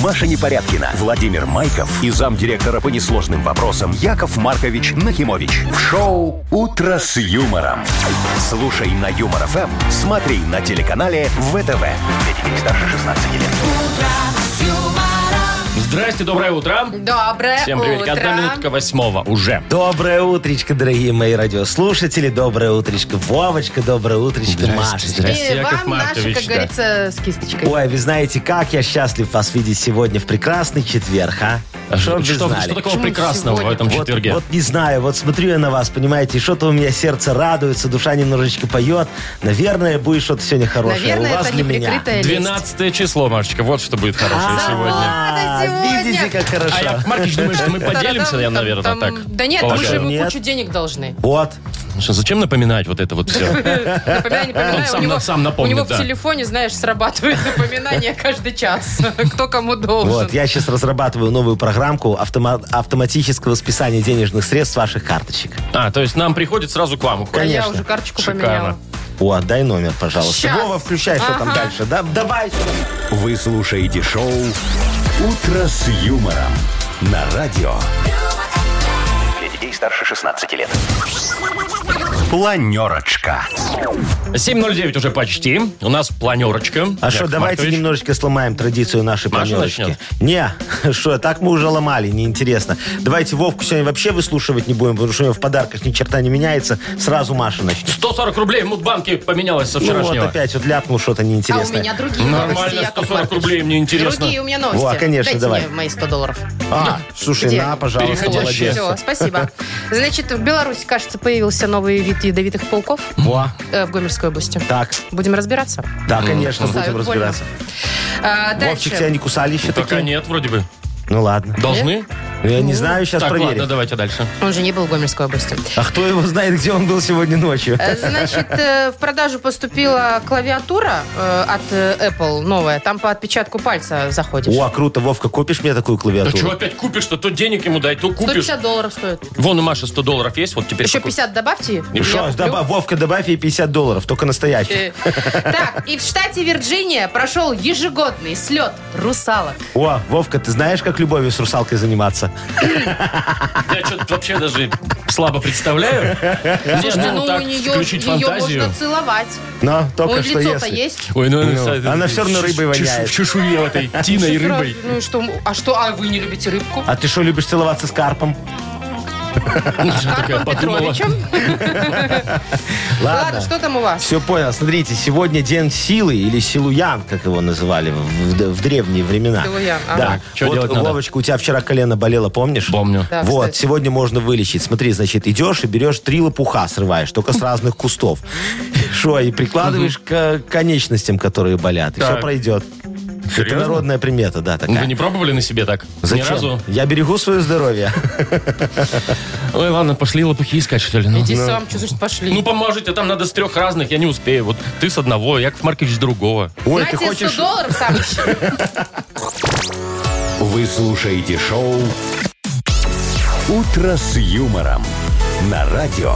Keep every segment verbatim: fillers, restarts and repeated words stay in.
Маша Непорядкина, Владимир Майков и замдиректора по несложным вопросам Яков Маркович Нахимович. В шоу «Утро с юмором». Слушай на Юмор ФМ, смотри на телеканале ВТВ. Для детей старше шестнадцати лет. Здрасте, доброе утро. Доброе Всем привет. утро. Одна минутка восьмого уже. Доброе утречко, дорогие мои радиослушатели. Доброе утречко, Вовочка. Доброе утречко, Машечка. Здрасте, И Яков вам наши, Маркович, как да. говорится, с кисточкой. Ой, вы знаете, как я счастлив вас видеть сегодня в прекрасный четверг, а? Чтоб вы Что, знали. что такого Почему прекрасного сегодня? в этом Вот, четверге? вот не знаю, вот смотрю я на вас, понимаете, и что-то у меня сердце радуется, душа немножечко поет. Наверное, будет что-то сегодня хорошее. Наверное, у вас это для не меня. прикрытая лесть. двенадцатое число, Машечка, вот что будет хорошее А, сегодня. а, сегодня. Видите, как А хорошо. Яков Маркович думает, что мы поделимся, я, наверное, Там- так Да нет, мы же полагаю. ему Нет. кучу денег должны. Вот. Что, зачем напоминать вот это вот все? Напоминаю, не поминаю. Он сам у него, на- сам напомнит, у него да. в телефоне, знаешь, срабатывает напоминание каждый час. Кто кому должен. Вот, я сейчас разрабатываю новую программку автома- автоматического списания денежных средств с ваших карточек. А, то есть нам приходит сразу к вам. А я конечно. уже карточку Шикарно. поменяла. О, дай номер, пожалуйста. Щас. Вова, включай, что там Ага. дальше. Да, давай сюда. Вы слушаете шоу «Утро с юмором» на радио. Для детей старше шестнадцати лет. Планерочка. семь ноль девять уже почти. У нас планерочка. А что, Яков давайте Маркович. немножечко сломаем традицию нашей Маша планерочки. начнет? Не, что, так мы уже ломали, неинтересно. Давайте Вовку сегодня вообще выслушивать не будем, потому что у него в подарках ни черта не меняется. Сразу Маша начнет. сто сорок рублей в Мудбанке поменялось со Ну вот вчерашнего. опять вот ляпнул что-то А у неинтересное. меня другие новости, Нормально, Яков сто сорок Маркович. рублей, мне интересно. Другие у меня новости. Во, конечно, Дайте давай. мне мои сто долларов. А, слушай, Где на, они? пожалуйста, Переходящие. молодец. Все, спасибо. Значит, в Беларуси, кажется, появился новый вид ядовитых пауков Во, э, в Гомельской области. так, Будем разбираться. да, конечно, Кусают будем больно. разбираться. А, Вовчик, тебя дальше. не кусали еще Пока такие? нет, вроде бы. Ну ладно. Должны? Я не знаю, сейчас Так, проверим. ладно, давайте дальше. Он же не был в Гомельской области. А кто его знает, где он был сегодня ночью? Э, Значит, э, в продажу поступила клавиатура э, от э, Apple новая. Там по отпечатку пальца заходишь. О, круто, Вовка, купишь мне такую Да клавиатуру? что опять купишь-то? То денег ему дай, то сто купишь. пятьдесят долларов стоит. Вон у Маши сто долларов есть, вот теперь... Еще покуп- пятьдесят добавьте. и Что, я куплю. добав- Вовка, добавь ей пятьдесят долларов, только настоящих. Э, Так, и в штате Вирджиния прошел ежегодный слет русалок. О, Вовка, ты знаешь, как любовью с русалкой заниматься? Я что-то вообще даже слабо представляю. Слушайте, Не, ну, так, у нее, включить ее фантазию. можно целовать. Но Ну, только что лицо-то если. есть. Ой, ну, Ну, это- она всё равно в рыбой чеш- воняет. В чешуе в этой тиной Что рыбой. сразу? Ну и что? А что? А вы не любите рыбку? А ты что, любишь целоваться с карпом? Такая Карпом подумала. Петровичем? Ладно, что там у вас? Все понял. Смотрите, сегодня день силы или силуян, как его называли в, в- в древние времена. Силуян, ага. Да. Так, что вот, делать надо? Вовочка, у тебя вчера колено болело, помнишь? Помню. Да, Вот, кстати. сегодня можно вылечить. Смотри, значит, идешь и берешь три лопуха, срываешь, только с разных кустов. Что, и прикладываешь к конечностям, которые болят, и все Так. пройдет. Это Серьезно? народная примета, да, такая. Вы не пробовали на себе так? Ни Зачем? разу? Я берегу свое здоровье. Ой, ладно, пошли лопухи искать, что ли. Ну, Иди сам, что значит пошли? Ну, поможете, там надо с трех разных, я не успею. Вот ты с одного, Яков Маркович с другого. Ой, На ты тебе хочешь... сто долларов сам ищи. Вы слушаете шоу «Утро с юмором» на радио.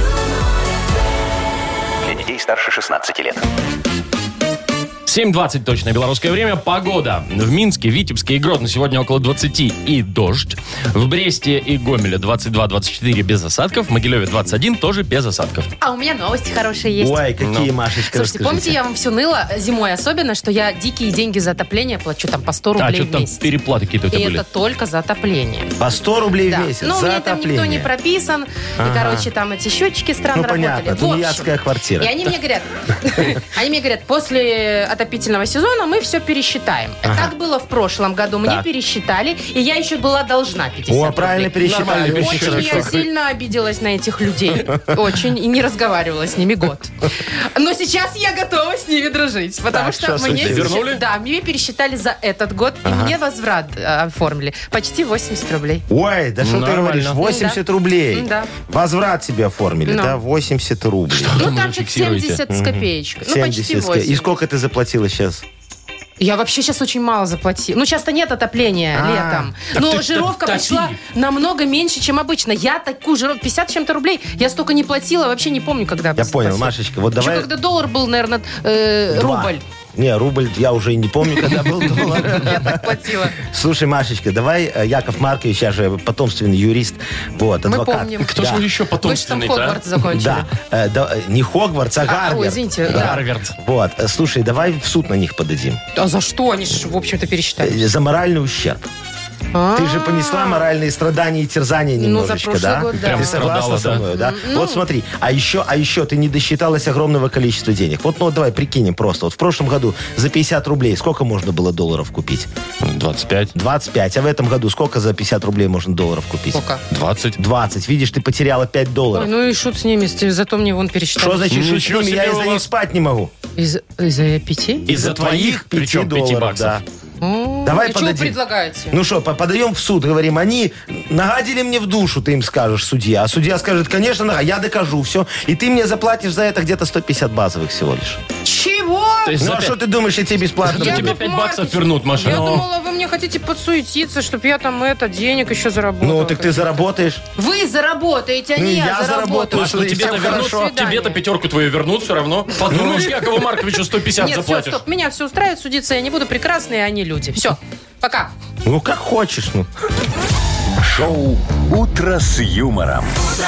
Для детей старше шестнадцати лет. семь двадцать точное белорусское время. Погода. В Минске, Витебске и Гродно сегодня около двадцати и дождь. В Бресте и Гомеле двадцать два двадцать четыре без осадков. В Могилеве двадцать один тоже без осадков. А у меня новости хорошие есть. Ой, какие, Машечка, Слушайте, расскажите. помните, я вам все ныла зимой особенно, что я дикие деньги за отопление плачу там по сто А, рублей что-то в там месяц. переплаты какие-то у И тебя были. это только за отопление. По сто рублей Да. в месяц Ну, у за меня там никто не отопление. прописан. Ага. И, короче, там эти счетчики странно Ну, понятно, работали. В общем, тунеядская квартира. И они мне говорят, они мне говорят, после отопительного сезона мы все пересчитаем. Как было в прошлом году, мне Так. пересчитали, и я еще была должна пятьдесят О, рублей. правильно пересчитали. Нормально очень Очень пересчитали. хорошо. я сильно обиделась на этих людей. Очень. И не разговаривала с ними год. Но сейчас я готова с ними дружить. Потому Так, что что мне случилось? сейчас- Вернули? Да, мне пересчитали за этот год, и мне возврат э, оформили. Почти восемьдесят рублей. Ой, да что ты Нормально. говоришь? восемьдесят рублей. Да. Возврат тебе оформили, Ну. да? восемьдесят рублей. Ну, Там там вы что-то фиксируете? семьдесят с копеечкой. Ну, почти семьдесят. И восемьдесят. сколько ты заплатила сейчас? Я вообще сейчас очень мало заплатила. Ну, часто нет отопления А. летом. Так Но ты жировка топи. пришла намного меньше, чем обычно. Я такую жировку, пятьдесят с чем-то рублей, я столько не платила, вообще не помню, когда Я понял, заплатила. Машечка, вот Еще давай... когда доллар был, наверное, э, Два. рубль. Не, рубль я уже и не помню, когда был доллар. Я так платила. Слушай, Машечка, давай, э, Яков Маркович, я же потомственный юрист, вот, Мы адвокат. помним. Кто Да. же еще Вы же там потомственный, да? Хогвартс закончили. Да, э, да, э, не Хогвартс, а А, Гарвард. ой, извините, да. Гарвард. Вот, э, слушай, давай в суд на них подадим. А за что? Они же, в общем-то, пересчитали. Э, За моральный ущерб. Ты же понесла моральные страдания и терзания Ну, за немножечко, прошлый да? год, да. Ты Прям согласна страдала, со да. мной, да? Ну. Вот смотри, а еще, а еще ты не досчиталась огромного количества денег. Вот, ну, вот давай прикинем просто. Вот в прошлом году за пятьдесят рублей сколько можно было долларов купить? двадцать пять. двадцать пять. А в этом году сколько за пятьдесят рублей можно долларов купить? Сколько? двадцать. двадцать. Видишь, ты потеряла пять Ой, долларов. ну и шут с ними, зато мне вон пересчитали. Что значит шут с Ничего ними? Я себе у из-за вас. них спать не могу. Из- Из-за пяти? Из-за твоих, пяти причем пяти долларов, баксов. да. О, Давай и что вы подадим. предлагаете? Ну что, по- подаем в суд, говорим, они нагадили мне в душу, ты им скажешь, судья. А судья скажет, конечно, нага- я докажу все. И ты мне заплатишь за это где-то сто пятьдесят базовых всего лишь. Чего? То есть Ну за а пять- что ты думаешь, я тебе бесплатно Я буду? тебе пять баксов вернут, Маша. Я Ну. думала, вы мне хотите подсуетиться, чтобы я там это, денег еще заработала. Ну, так ты заработаешь. Вы заработаете, а Ну, не я, я заработаю. заработаю. Маш, ну Слушай, тебе-то всем вернут, хорошо. тебе-то пятерку твою вернут все равно. Подумаешь, Якову Марковичу сто пятьдесят Нет, все, заплатишь. стоп, меня все устраивает, судиться я не буду, прекрасные они люди. Все, пока. Ну, как хочешь, ну. Шоу «Утро с юмором».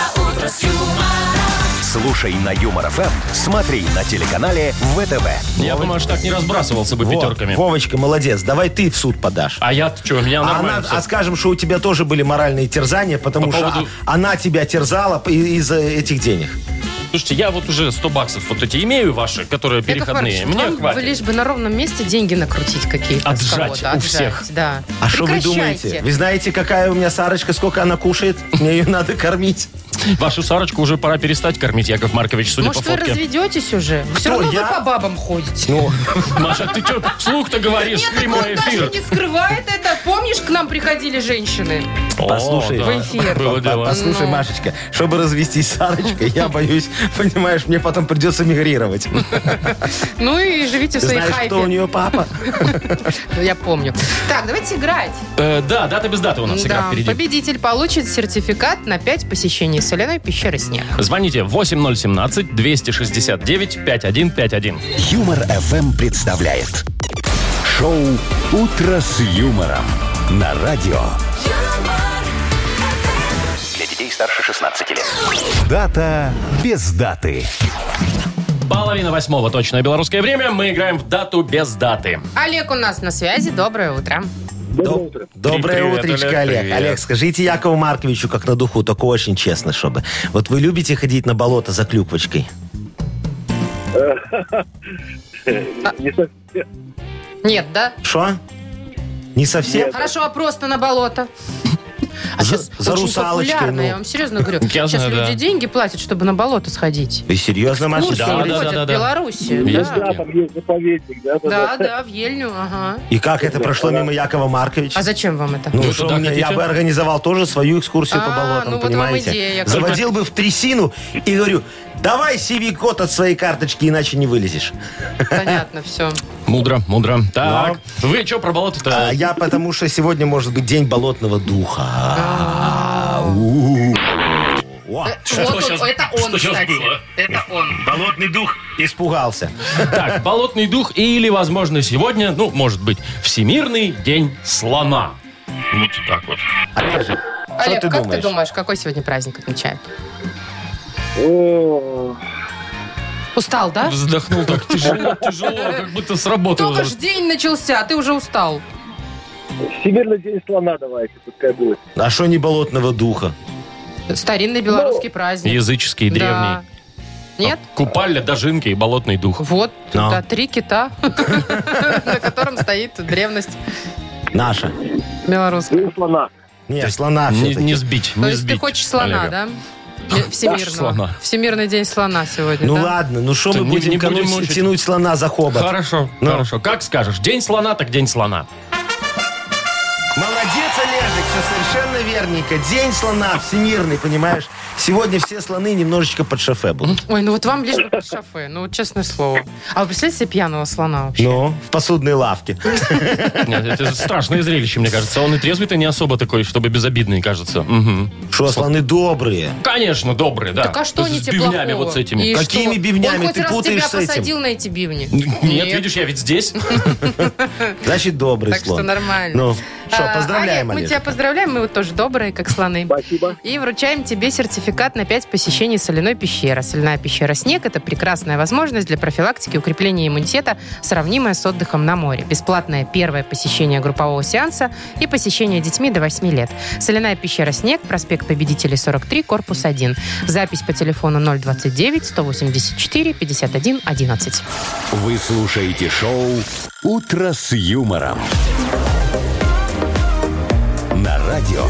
Слушай на Юмор ФМ, смотри на телеканале ВТВ. Я бы, Маш, так не разбрасывался бы Во, пятерками. Вовочка, молодец. Давай ты в суд подашь. А я что, у меня А, нормально она- всё. а скажем, что у тебя тоже были моральные терзания, потому По что поводу- а- она тебя терзала и- из-за этих денег. Слушайте, я вот уже сто баксов вот эти имею ваши, которые Яков переходные. Маркович, Мне вам бы хватит. лишь бы на ровном месте деньги накрутить какие-то. с Отжать кого-то, у отжать, всех. Да. А что вы Прекращайте. думаете? Вы знаете, какая у меня Сарочка, сколько она кушает? Мне ее надо кормить. Вашу Сарочку уже пора перестать кормить, Яков Маркович, судя Может, по вы фотке. разведетесь уже? Все Кто, равно я? вы по бабам ходите. Ну, Маша, ты что, вслух-то говоришь? Нет, так Прямой он даже эфир. не скрывает это. Помнишь, к нам приходили женщины? О, Послушай. да, В эфир. было дело. послушай, Ну. Машечка, чтобы развестись с Сарочкой, я боюсь, понимаешь, мне потом придется мигрировать. Ну и живите в Ты своей знаешь, хайпе. кто у нее папа? Ну, я помню. Так, давайте играть. Э, да, дата без даты у нас игра Да, впереди. победитель получит сертификат на пять посещений соляной пещеры «Снег». Звоните восемь ноль семнадцать двести шестьдесят девять пятьдесят один пятьдесят один. Юмор ФМ представляет шоу «Утро с юмором» на радио. Для детей старше шестнадцати лет. Дата без даты. Половина восьмого, точное белорусское время. Мы играем в дату без даты. Олег у нас на связи. Доброе утро. Доб- Доброе Привет, утречко, Олег, Олег. привет. Олег, скажите Якову Марковичу, как на духу, только очень честно, чтобы. Вот вы любите ходить на болото за клюквочкой? Не совсем. Нет, да? Что? Не совсем? Хорошо, а просто на болото? А За- сейчас за очень русалочкой, популярно, ну. я вам серьезно говорю. Я Сейчас знаю, люди да. деньги платят, чтобы на болото сходить. Вы серьезно, Маша? Курсы Да, да, ходят да, да, в да. Беларуси. Есть Да. такие. Да, там есть заповедник, да? Да, да, в Ельню, ага. И как это прошло мимо Якова Марковича? А зачем вам это? Ну, Вы что туда мне, я хотите? бы организовал тоже свою экскурсию по А, болотам, ну вот вам понимаете? идея, Яков Заводил бы в трясину и говорю, давай си ви-код от своей карточки, иначе не вылезешь. Понятно, все. Мудро, мудро. Так, вы что про болото-то? А я потому что сегодня может быть день болотного духа. У-у-у. О, Что щас- это он, что щас кстати. было? Это он. болотный дух испугался. Так, болотный дух или, возможно, сегодня, ну, может быть, Всемирный день слона. Вот так вот. Олежек, что Олег, ты как думаешь? ты думаешь, какой сегодня праздник отмечают? О, Устал, да? Вздохнул так тяжело, тяжело, как будто сработало. Только ж день начался, а ты уже устал. Всемирный день слона давайте, пускай будет. А что не болотного духа? Старинный белорусский праздник. Языческий, древний. Да. Нет? Купальня, дожинка и болотный дух. Вот, Но. да, три кита, на котором стоит древность Наша. белорусская. День слона. Не, слона Не, все-таки. не сбить, То не есть сбить ты хочешь слона, Олега. да? Всемирного. слона. Всемирный день слона сегодня, Ну да? ладно, ну что Что, мы не- будем не будем тянуть, мучить? тянуть слона за хобот? Хорошо, Ну. хорошо. Как скажешь. День слона, так день слона. Молодец, Олежек, все совершенно верненько. День слона всемирный, понимаешь? Сегодня все слоны немножечко под шофе будут. Ой, ну вот вам лишь бы под шофе, ну вот честное слово. А вы представляете себе пьяного слона вообще? Ну, в посудной лавке. Нет, это страшное зрелище, мне кажется. Он и трезвый-то не особо такой, чтобы безобидный, кажется. Угу. Что, слоны добрые? Конечно, добрые, да. Так а что С не тебе бивнями плохого? вот с этими. И Какими что? бивнями? Он хоть Ты раз путаешь тебя с этим? посадил на эти бивни? Нет, видишь, я ведь здесь. Значит, добрый Так слон. что нормально. Ну, что, А, поздравляем, Олег, мы Олег. тебя поздравляем, мы вот тоже добрые, как слоны. Спасибо. И вручаем тебе сертификат на пять посещений соляной пещеры. Соляная пещера «Снег» — это прекрасная возможность для профилактики и укрепления иммунитета, сравнимая с отдыхом на море. Бесплатное первое посещение группового сеанса и посещение детьми до восьми лет. Соляная пещера «Снег», проспект Победителей, сорок три, корпус один. Запись по телефону ноль двадцать девять сто восемьдесят четыре пятьдесят один одиннадцать. Вы слушаете шоу «Утро с юмором». На радио.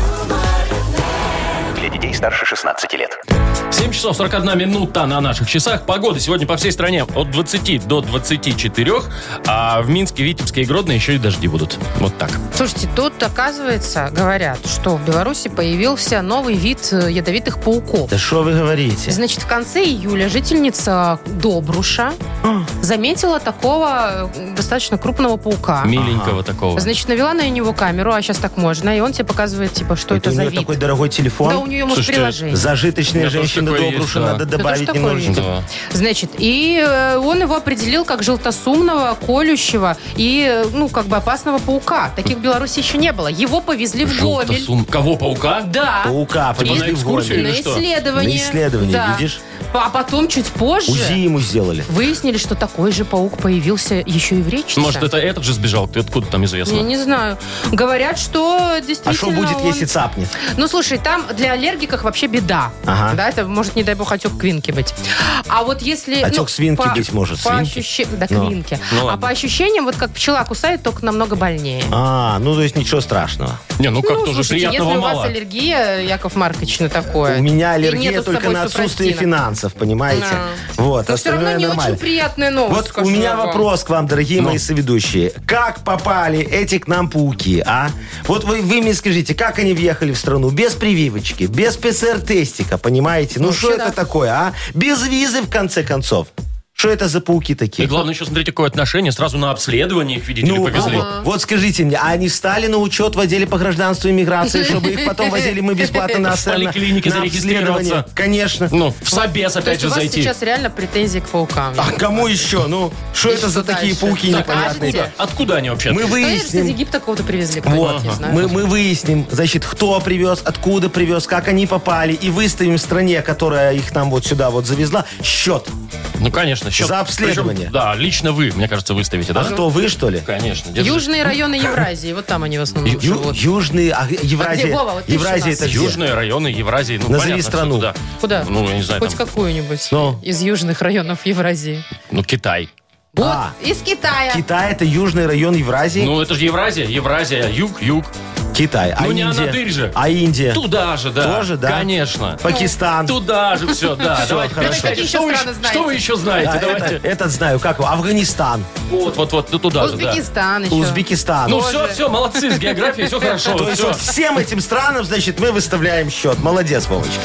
Для детей старше шестнадцати лет. семь часов сорок одна минута на наших часах. Погода сегодня по всей стране от двадцати до двадцати четырёх, а в Минске, Витебске и Гродно еще и дожди будут. Вот так. Слушайте, тут, оказывается, говорят, что в Беларуси появился новый вид э, ядовитых пауков. Да что вы говорите? Значит, в конце июля жительница Добруша заметила такого э, достаточно крупного паука. Миленького такого. Значит, навела на него камеру, а сейчас так можно, и он тебе показывает, типа, что это, у за нее вид. такой дорогой телефон. Да, у нее, может, Слушайте, приложение. Зажиточная У меня тоже женщина такое Добруша, есть, да. надо Это добавить ж такое немножечко. Да. Значит, и э, он его определил как желтосумного, колющего и, э, ну, как бы опасного паука. Таких в Беларуси еще не было. Его повезли в Гомель. Желтосум. Кого, паука? Да. Паука Типа повезли на в экскурсию Гомель. или На что? исследование. На исследование, Да. видишь? А потом, чуть позже, УЗИ ему сделали. выяснили, что такой же паук появился еще и в речке. Может, это этот же сбежал? Ты откуда там известно? Я не знаю. Говорят, что действительно А что будет, он- если цапнет? Ну, слушай, там для аллергиков вообще беда. Ага. Да, это может, не дай бог, отек квинки быть. А вот если... Отек ну, свинки по- быть может, По свинки? ощущениям... Да, Ну. квинки. Ну, а ладно. по ощущениям, вот как пчела кусает, только намного больнее. А, ну то есть ничего страшного. Не, ну как ну, тоже слушайте, приятного если у мало. вас аллергия, Яков Маркович, на такое... У меня и аллергия нету с только собой на отсутствие супрастина. финансов, понимаете? Да. Вот, Но все равно остальное не нормально. очень приятная новость. Вот скажу у меня я вам. вопрос к вам, дорогие мои соведущие. Как попали эти к нам пауки, а? Вот вы, вы мне скажите, как они въехали в страну? Без прививочки, без ПЦР-тестика, понимаете? Ну что Вообще, это да. такое, а? Без визы, в конце концов. Что это за пауки И такие? главное еще смотрите, какое отношение. Сразу на обследование их, видите ли, Ну, повезли. а, вот скажите мне, а они встали на учет в отделе по гражданству и миграции, чтобы их потом возили мы бесплатно на, В поликлинике на зарегистрироваться. обследование? Конечно. Ну, в собес То опять есть же у вас зайти. сейчас реально претензии к паукам. А кому еще? Ну, что И это за что такие дальше? пауки Так, непонятные? покажете? Откуда они вообще? Мы Конечно, из выясним. Египта кого-то привезли. Вот, кто-нибудь, не знаю. мы, мы выясним, значит, кто привез, откуда привез, как они попали, и выставим стране, которая их нам вот сюда вот завезла, счет. Ну, конечно. счет. За обследование. Причем, да, лично вы, мне кажется, выставите, да? А кто, вы, что ли? Конечно. держите. Южные районы Евразии, вот там они в основном Ю- живут. южные, а Евразия, А где, Вова? Вот пиши Евразия нас. это где? Южные районы Евразии. Ну, Назови понятно, страну. что туда. Куда? Ну, я не знаю, Хоть там, какую-нибудь Ну. из южных районов Евразии. ну, Китай. Вот, А. из Китая. Китай это южный район Евразии. Ну, это же Евразия, Евразия, юг, юг. Китай. А Ну, не Индия? Анадырь же. А Индия? Туда же, да. Тоже, да? Конечно. Пакистан. Туда же все, да. Всё, Давайте, хорошо. прочитайте. Какие Что еще вы, страны знаете? что вы еще знаете? А, Давайте. это- этот знаю, как его? Афганистан, Вот, вот, вот, ну, туда же, да. Узбекистан еще. Узбекистан. Ну, Тоже. все, все, молодцы, с географией все хорошо. То есть всё. вот всем этим странам, значит, мы выставляем счет. Молодец, Вовочка.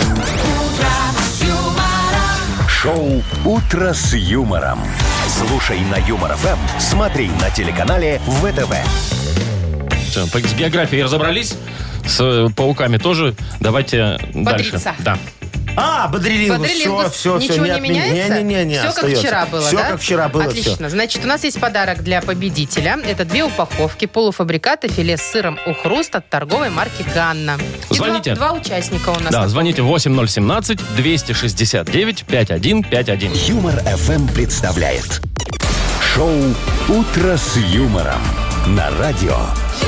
Шоу «Утро с юмором». Слушай на Юмор ФМ, смотри на телеканале ВТВ. Всё, с географией разобрались, с э, пауками тоже. Давайте дальше. Бодриться. Да. А, бодрилингус, Бодрилингус, все, все, ничего не меняется? Не-не-не, Все как вчера было, Все да? как вчера было, Отлично. все. Значит, у нас есть подарок для победителя. Это две упаковки полуфабриката филе с сыром «Ухруст» от торговой марки «Ганна». И Звоните. Два, два участника у нас. Да, звоните восемь ноль семнадцать двести шестьдесят девять пятьдесят один пятьдесят один. Юмор ФМ представляет шоу «Утро с юмором» на радио.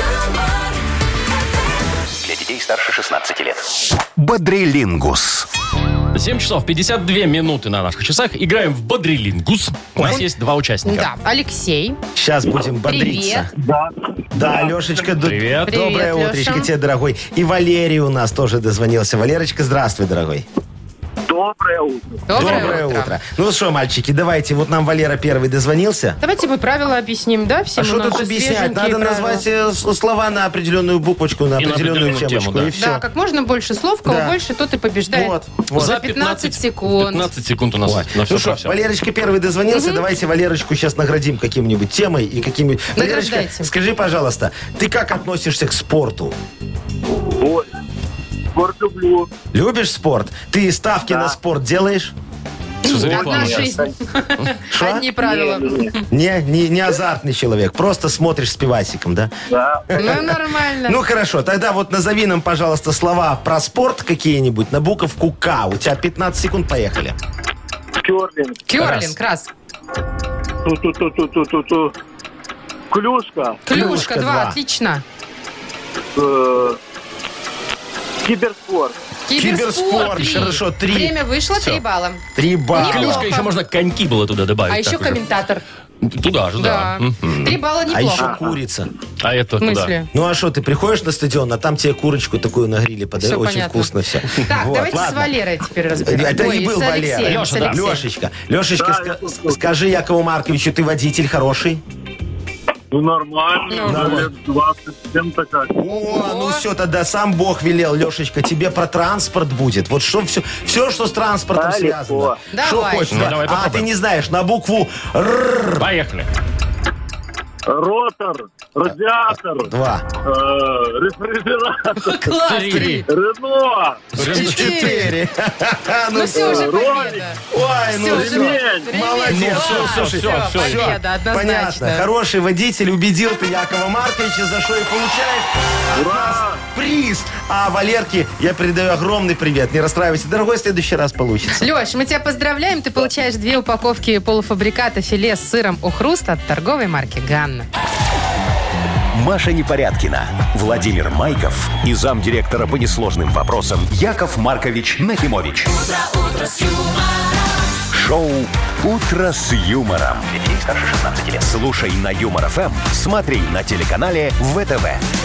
Для детей старше шестнадцати лет. Бодрилингус. семь часов пятьдесят две минуты на наших часах. Играем в Бодрилингус. У нас есть два участника. Да, Алексей. Сейчас будем бодриться. Да. Да, Лешечка, д- Привет. доброе Привет, утречко Леша. тебе, дорогой. И Валерий у нас тоже дозвонился. Валерочка, здравствуй, дорогой. Доброе утро. Доброе, Доброе утро. утро. Ну что, мальчики, давайте. Вот нам Валера первый дозвонился. Давайте мы правила объясним, да? Всем А у что нас тут же объяснять? свеженькие Надо правила. назвать э, с- слова на определенную буквочку, на И на определенную определенную темочку, тему, да. и все. Да, как можно больше слов, кого Да. больше, тот и побеждает. Вот, вот. За пятнадцать секунд. пятнадцать секунд у нас Ой. на все Ну про что, все. Валерочка первый дозвонился. Давайте Валерочку сейчас наградим каким-нибудь темой и какими. Валерочка, Награждайте. скажи, пожалуйста, ты как относишься к спорту? Ой, спорт люблю. Любишь спорт? Ты ставки Да. на спорт делаешь? Что за Одна реклама? жизнь. Шо? Одни правила. Не, не, не азартный человек, просто смотришь с пивасиком, да? Да. Ну, нормально. Ну хорошо, тогда вот назови нам, пожалуйста, слова про спорт какие-нибудь на буковку К. У тебя пятнадцать секунд, поехали. Керлинг. Керлинг, раз. Ту-ту-ту-ту-ту-ту. Клюшка. Клюшка, Клюшка, два. два. Отлично. Э, Киберспорт. Киберспорт, три. хорошо, три. Время вышло, Всё. три балла. Три балла. Неплохо. Клюшка, еще можно коньки было туда добавить. А еще так уже. комментатор. Туда же, да. Да. Мгм. Три балла А неплохо. еще курица. А это В туда. смысле? Ну а что, ты приходишь на стадион, а там тебе курочку такую на гриле подают. Всё Очень понятно. вкусно все. Так, Вот, давайте с ладно. Валерой теперь разберемся. Это Ой, не был с Валера. Алексеем, Леша, с да. Алексеем. Лешечка, Лешечка, Да, ска- я слушаю. скажи Якову Марковичу, ты водитель хороший? Ну, нормально. Ну, Уже лет двадцать с чем-то как. О, ну все, тогда сам Бог велел, Лешечка, тебе про транспорт будет. Вот что все, все, что с транспортом Да, связано. легко. Что Давай. хочешь? Ну, да? давай а попробуем. ты не знаешь, на букву Р. Поехали. Ротор. Радиатор. Два. э, Рефрижератор. Класс, Три. три. Рено. Четыре. Ну все, уже победа. Ой, ну Всё, все. ремень. Ремень. Молодец. Класс. Ну, слушай, всё, всё, Победа, Понятно. однозначно. Хороший водитель, убедил ты Якова Марковича, за что и получаешь от Ура! нас приз. А Валерке я передаю огромный привет. Не расстраивайся, дорогой, в следующий раз получится. Леш, мы тебя поздравляем. Ты получаешь две упаковки полуфабриката филе с сыром «Охруст» от торговой марки «Ганна». Маша Непорядкина, Владимир Майков и замдиректора по несложным вопросам Яков Маркович Нахимович. Шоу «Утро с юмором». Для детей старше шестнадцати лет. Слушай на Юмор ФМ, смотри на телеканале ВТВ.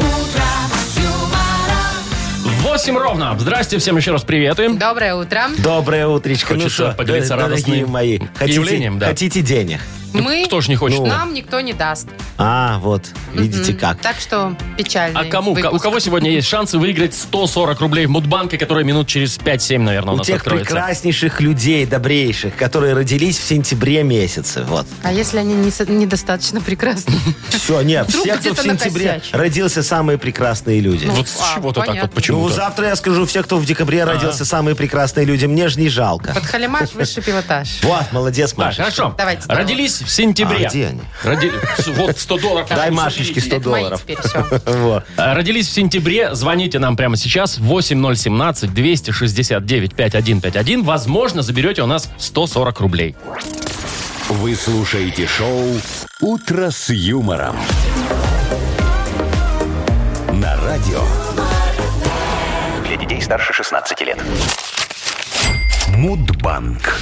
Восемь ровно. Здрасте, всем еще раз приветуем. Доброе утро. Доброе утречко. Хочется ну что, поделиться дорогие радостным мои, хотите, явлением, да. хотите денег? Мы, Кто ж не хочет? нам никто не даст. А, вот, видите Мгм. как. Так что печальный А кому? выпуск. У кого сегодня есть шансы выиграть сто сорок рублей в Мудбанке, который минут через пять-семь, наверное, у У нас тех откроется? прекраснейших людей, добрейших, которые родились в сентябре месяце. Вот. А если они не со- недостаточно прекрасны? Все, нет, Вдруг все, кто в где-то сентябре накосячили. родился, самые прекрасные люди. Вот с А, чего-то так понятно. вот почему-то. Ну, завтра я скажу, все, кто в декабре родился, самые прекрасные люди. Мне же не жалко. Подхалимаш, высший пилотаж. Вот, молодец, Да, Маша. хорошо. Давайте снова. Родились в сентябре. А где они? Роди- Вот сто долларов. Дай Ну, Машечке заберите. сто Мои долларов. теперь, все. Вот. А, Родились в сентябре. Звоните нам прямо сейчас. восемь ноль семнадцать двести шестьдесят девять пятьдесят один пятьдесят один. Возможно, заберете у нас сто сорок рублей. Вы слушаете шоу «Утро с юмором». На радио. Для детей старше шестнадцати лет. Мудбанк.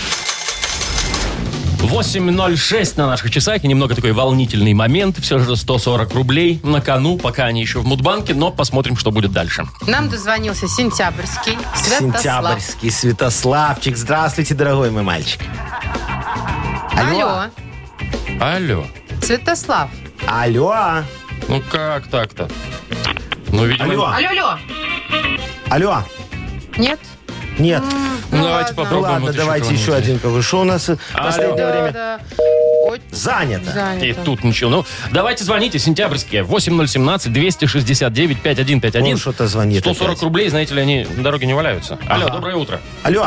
восемь ноль шесть на наших часах. И немного такой волнительный момент. Все же сто сорок рублей на кону, пока они еще в Мудбанке. Но посмотрим, что будет дальше. Нам дозвонился Сентябрьский Святослав. Сентябрьский Святославчик. Здравствуйте, дорогой мой мальчик. Алло. Алло. Святослав. Алло. Ну как так-то? Ну, видимо... Алло. Алло, алло. Алло. Нет? Нет. Ну, Ну, давайте ладно. попробуем. Ладно, вот давайте кого-нибудь. еще один какой. Что у нас в последнее Да, время? да. Ой, Занято. занято. И тут ничего. Ну, давайте звоните, сентябрьские. восемь ноль семнадцать двести шестьдесят девять пятьдесят один пятьдесят один. Он что-то звонит сто сорок опять. рублей, знаете ли, они на дороге не валяются. Алло, Ага. доброе утро. Алло.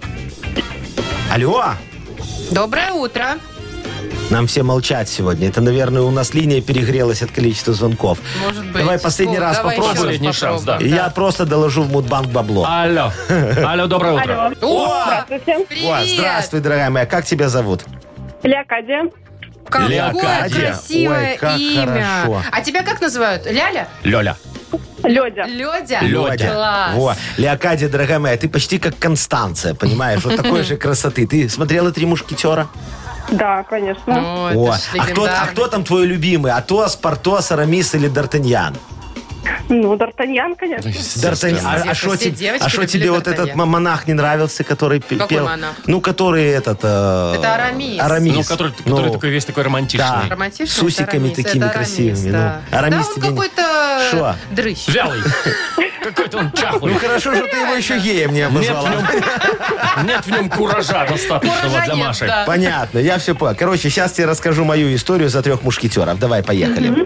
Алло. Доброе утро. Нам все молчат сегодня. Это, наверное, у нас линия перегрелась от количества звонков. Может быть. Давай последний О, раз давай попробуем. еще раз Последний шанс, да. попробуем, Я просто доложу в Мудбанк бабло. Алло. Алло, доброе утро. О, Здравствуйте. привет. О, здравствуй, дорогая моя. Как тебя зовут? Леокадия. Какое Леокадия. красивое Ой, как имя. хорошо. А тебя как называют? Ляля? Лёля. Лёдя. Лёдя? Лёдя. Класс. Во. Леокадия, дорогая моя, ты почти как Констанция, понимаешь? Вот такой же красоты. Ты смотрела «Три мушкетера»? Да, конечно. Ну, О, это ж а, кто, а легендарно. кто там твой любимый? Атос, Портос, Арамис или Д'Артаньян? Ну, Д'Артаньян, конечно. Д'Артаньян. А- А что Все те- девочки а что любили тебе вот Д'Артаньян. этот м- монах не нравился, который пе- Какой пел? монах? Ну, который этот... э, Это Арамис. Арамис. Ну, который, который Ну, такой весь такой романтичный. Да. Романтичный, С усиками это Арамис, такими это красивыми. Арамис, ну. да. Арамис Да, он тебе не- какой-то Шо? дрыщ. Вялый. Какой-то он чахлый. Ну, хорошо, что ты его еще геем не Нет в обозвала. нем, нет в нем куража достаточного Куража для нет, Маши. да. Понятно, я все понял. Короче, сейчас тебе расскажу мою историю за трех мушкетеров. Давай, поехали.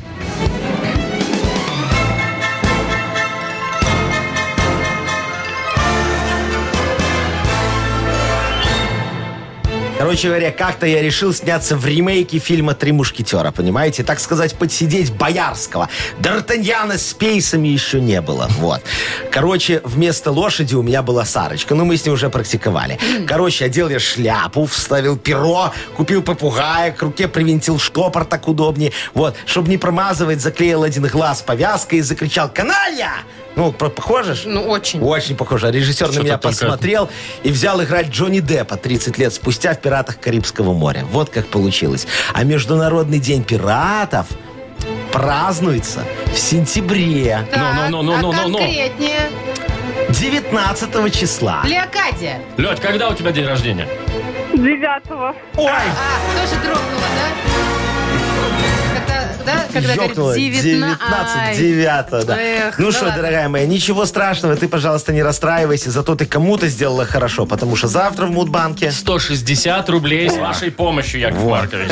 Короче говоря, как-то я решил сняться в ремейке фильма «Три мушкетера», понимаете? Так сказать, подсидеть Боярского. Д'Артаньяна с пейсами еще не было. Вот. Короче, вместо лошади у меня была Сарочка. Ну, мы с ней уже практиковали. Короче, одел я шляпу, вставил перо, купил попугая, к руке привинтил штопор так удобнее. Вот. Чтобы не промазывать, заклеил один глаз повязкой и закричал «Каналья!» Ну, про- похоже ж? Ну, очень. Очень похоже. Режиссер на Что-то меня только- посмотрел и взял играть Джонни Деппа тридцать лет спустя в «Пиратах Карибского моря». Вот как получилось. А Международный день пиратов празднуется в сентябре Так, Ну, ну, ну, ну, а ну, ну. конкретнее? девятнадцатого числа. Леокадия. Лёдь, когда у тебя день рождения? Девятого. Ой, А, тоже дрогнула, да? Когда, да? Когда ёкнуло. говорит девятнадцать. девятнадцать девятого, да. Эх, ну ну что, ладно. дорогая моя, ничего страшного, ты, пожалуйста, не расстраивайся, зато ты кому-то сделала хорошо, потому что завтра в Мудбанке... сто шестьдесят рублей с вашей помощью, Яков Маркович.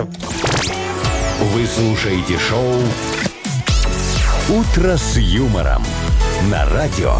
Вы слушаете шоу «Утро с юмором» на радио.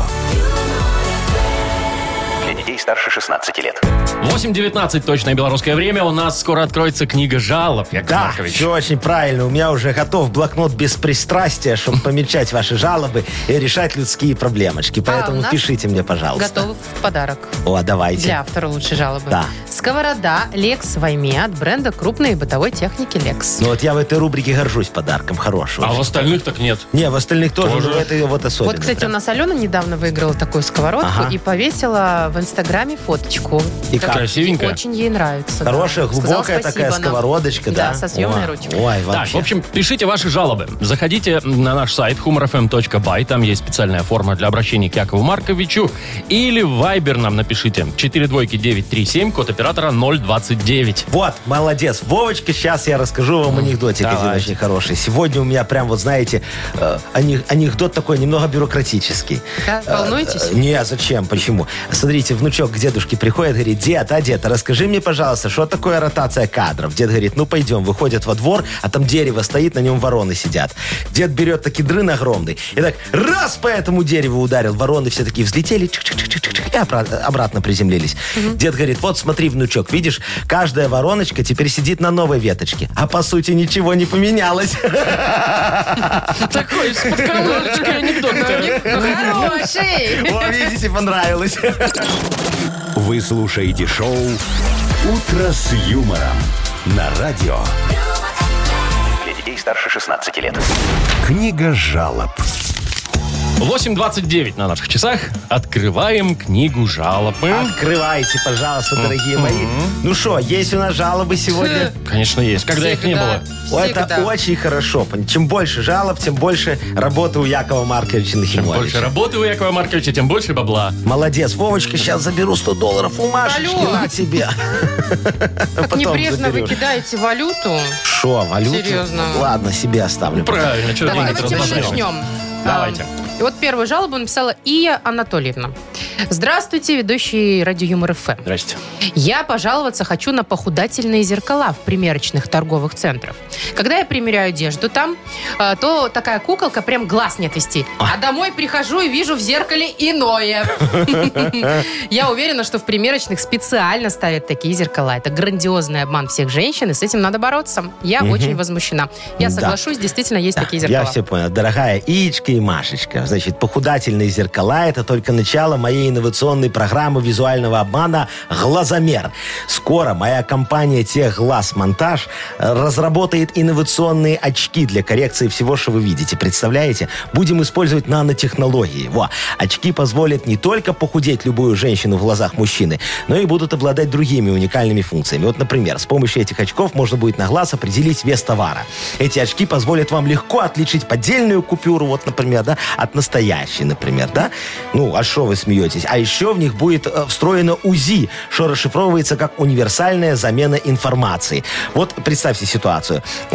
Для детей старше шестнадцати лет. восемь девятнадцать точное белорусское время. У нас скоро откроется книга жалоб, Яков Да, Маркович. все очень правильно. У меня уже готов блокнот без пристрастия, чтобы помечать ваши жалобы и решать людские проблемочки. А, Поэтому у нас пишите мне, пожалуйста. Готовы в подарок. О, давайте. Для автора лучшей жалобы. Да. Сковорода Lex Вайме от бренда крупной бытовой техники Lex. Ну вот я в этой рубрике горжусь подарком хорошим. А в остальных так нет. Не, в остальных тоже, Тоже? но это вот особенно. Вот, кстати, прям. у нас Алена недавно выиграла такую сковородку Ага. и повесила в Инстаграме фоточку. И Так, как? Красивенькая? Очень ей нравится. Хорошая, да. Сказала глубокая спасибо такая нам. сковородочка, да? Да, со съемной Ой, ручкой. Ой, Так, вообще. в общем, пишите ваши жалобы. Заходите на наш сайт humor f m точка by. Там есть специальная форма для обращения к Якову Марковичу. Или в Viber нам напишите. четыре двойки девять три семь, код оператора ноль двадцать девять. Вот, молодец. Вовочка, сейчас я расскажу вам анекдотик один Давайте. очень хороший. Сегодня у меня прям, вот знаете, э, ане- анекдот такой немного бюрократический. Да, волнуетесь? Э, Не, зачем? Почему? Смотрите, внучок к дедушке приходит, говорит: дед, а дед, расскажи мне, пожалуйста, что такое ротация кадров? Дед говорит: ну пойдем. Выходят во двор, а там дерево стоит, на нем вороны сидят. Дед берет таки дрын огромный и так раз по этому дереву ударил. Вороны все такие взлетели, чик-чик-чик-чик, и обра- обратно приземлились. Дед говорит: вот смотри, внучок, видишь, каждая вороночка теперь сидит на новой веточке, а по сути ничего не поменялось. Такой с подколодочкой анекдот-то. Хороший! О, видите, понравилось. Вы слушаете шоу «Утро с юмором» на радио. Для детей старше шестнадцати лет. Книга жалоб. восемь двадцать девять на наших часах. Открываем книгу жалоб. Открывайте, пожалуйста, дорогие мои. Ну что, есть у нас жалобы сегодня? Конечно, есть. Когда их не было. О, это Всегда. очень хорошо. Чем больше жалоб, тем больше работы у Якова Марковича Чем Нахимовича. больше работы у Якова Марковича, тем больше бабла. Молодец, Вовочка, сейчас заберу сто долларов у Машечки Алло. на тебе. Потом Небрежно заберешь. вы кидаете валюту. Шо, валюту? Серьезно. Ладно, себе оставлю. Правильно, что Давай, деньги давайте мы разбазаривать? начнем. Давайте. А, И вот первую жалобу написала Ия Анатольевна. Здравствуйте, ведущий радио Юмор ФМ. Здрасте. Я пожаловаться хочу на похудательные зеркала в примерочных торговых центрах. Когда я примеряю одежду там, а, то такая куколка прям глаз не отвести. А домой прихожу и вижу в зеркале иное. Я уверена, что в примерочных специально ставят такие зеркала. Это грандиозный обман всех женщин, и с этим надо бороться. Я очень возмущена. Я Да. соглашусь, действительно есть такие Я зеркала. все понял. Дорогая Иечка и Машечка, значит, похудательные зеркала — это только начало моей моей инновационной программы визуального обмана «Глазомер». Скоро моя компания «Техглаз-монтаж» разработает инновационные очки для коррекции всего, что вы видите. Представляете? Будем использовать нанотехнологии. Во. Очки позволят не только похудеть любую женщину в глазах мужчины, но и будут обладать другими уникальными функциями. Вот, например, с помощью этих очков можно будет на глаз определить вес товара. Эти очки позволят вам легко отличить поддельную купюру, вот, например, да, от настоящей, например, да? Ну, а что вы смеетесь? А еще в них будет э, встроено УЗИ, что расшифровывается как универсальная замена информации. Вот представьте ситуацию. Э,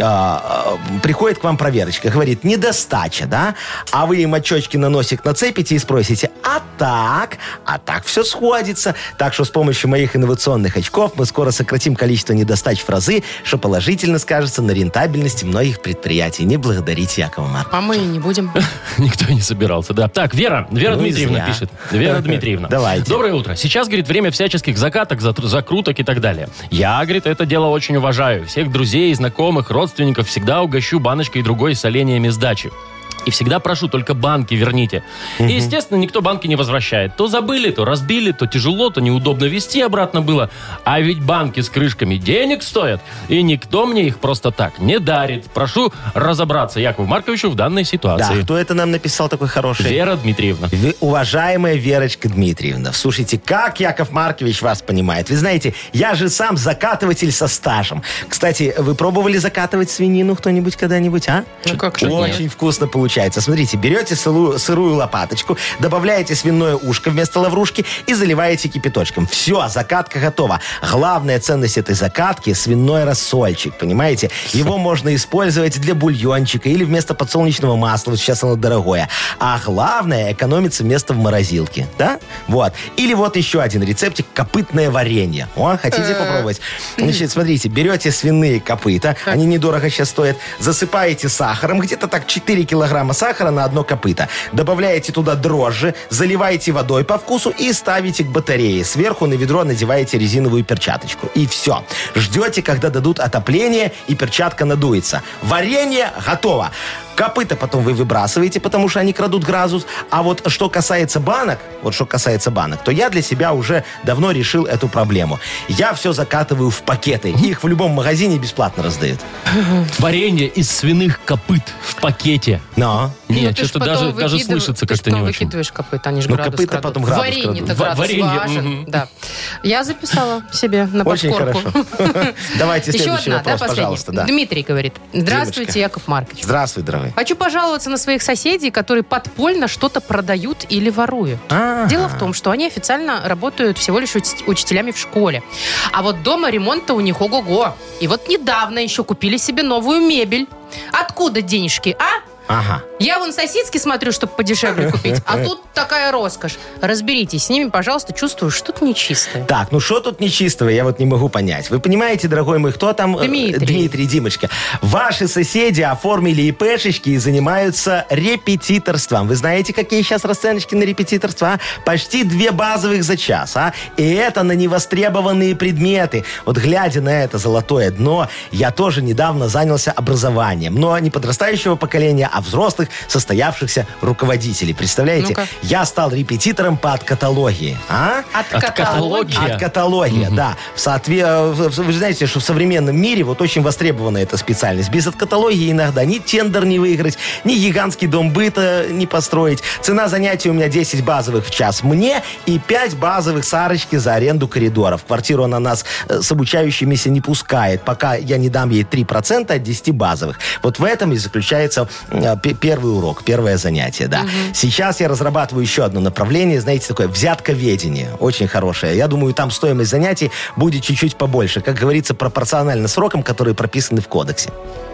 э, приходит к вам проверочка, говорит, недостача, да? А вы им очечки на носик нацепите и спросите, а так? А так все сходится. Так что с помощью моих инновационных очков мы скоро сократим количество недостач в разы, что положительно скажется на рентабельности многих предприятий. Не благодарите Якова Марковича. А мы и не будем. Никто и не собирался, да. Так, Вера, Вера Ну и Дмитриевна зря. пишет. Вера Дмитриевна. Давайте. Доброе утро. Сейчас, говорит, время всяческих закаток, затру- закруток и так далее. Я, говорит, это дело очень уважаю. Всех друзей, знакомых, родственников всегда угощу баночкой другой с оленями сдачи. И всегда прошу, только банки верните. И, естественно, никто банки не возвращает. То забыли, то разбили, то тяжело, то неудобно везти обратно было. А ведь банки с крышками денег стоят. И никто мне их просто так не дарит. Прошу разобраться Якову Марковичу в данной Да, ситуации. кто это нам написал такой хороший? Вера Дмитриевна. Вы- уважаемая Верочка Дмитриевна, слушайте, как Яков Маркович вас понимает. Вы знаете, я же сам закатыватель со стажем. Кстати, вы пробовали закатывать свинину кто-нибудь когда-нибудь, а? Ну как же Очень нет? вкусно получается. Смотрите, берете сырую, сырую лопаточку, добавляете свиное ушко вместо лаврушки и заливаете кипяточком. Все, закатка готова. Главная ценность этой закатки – свиной рассольчик, понимаете? Его можно использовать для бульончика или вместо подсолнечного масла, вот сейчас оно дорогое. А главное – экономится место в морозилке, да? Вот. Или вот еще один рецептик – копытное варенье. О, хотите попробовать? Значит, смотрите, берете свиные копыта, они недорого сейчас стоят, засыпаете сахаром, где-то так четыре килограмма сахара на одно копыто. Добавляете туда дрожжи, заливаете водой по вкусу и ставите к батарее. Сверху на ведро надеваете резиновую перчаточку. И все. Ждете, когда дадут отопление, и перчатка надуется. Варенье готово. Копыта потом вы выбрасываете, потому что они крадут градус. А вот что касается банок, вот что касается банок, то я для себя уже давно решил эту проблему. Я все закатываю в пакеты. Их в любом магазине бесплатно раздают. Варенье из свиных копыт в пакете. Но. Нет, Ну, ты ж что-то потом даже, даже выкидыв- слышится ты ж как-то не потом очень. выкидываешь копыта, они же Ну, градус копыта крадут. потом градус Варенье-то крадут. градус Варенье, важен. мгм. Да. Я записала себе на Очень подкорку. хорошо. Давайте Еще следующий одна, да, вопрос, последняя. пожалуйста. Да. Дмитрий говорит. Здравствуйте, Димочка. Яков Маркович. Здравствуй, дорогой. Хочу пожаловаться на своих соседей, которые подпольно что-то продают или воруют. А. Дело в том, что они официально работают всего лишь уч- учителями в школе. А вот дома ремонта у них ого-го. И вот недавно еще купили себе новую мебель. Откуда денежки, а? Ага. Я вон сосиски смотрю, чтобы подешевле купить, а тут такая роскошь. Разберитесь с ними, пожалуйста, чувствую, что-то нечистое. Так, ну что тут нечистого, я вот не могу понять. Вы понимаете, дорогой мой, кто там? Э, Дмитрий. Дмитрий, Димочка. Ваши соседи оформили ИПшечки и занимаются репетиторством. Вы знаете, какие сейчас расценочки на репетиторство? А? Почти две базовых за час. А? И это на невостребованные предметы. Вот глядя на это золотое дно, я тоже недавно занялся образованием. Но не подрастающего поколения, а взрослых, состоявшихся руководителей. Представляете? Ну-ка. Я стал репетитором по откатологии. А? От, От каталогии. каталогии. От каталогия, да. В соотве- в- в- Вы же знаете, что в современном мире вот очень востребована эта специальность. Без откаталогии иногда ни тендер не выиграть, ни гигантский дом быта не построить. Цена занятий у меня десять базовых в час мне и пять базовых с арочки за аренду коридоров. В квартиру она нас э, с обучающимися не пускает, пока я не дам ей три процента от десяти базовых. Вот в этом и заключается э, п- первый урок, первое занятие, да. Сейчас я разрабатываю еще одно направление, знаете, такое взятковедение. Очень хорошее. Я думаю, там стоимость занятий будет чуть-чуть побольше. Как говорится, пропорционально срокам, которые прописаны в кодексе.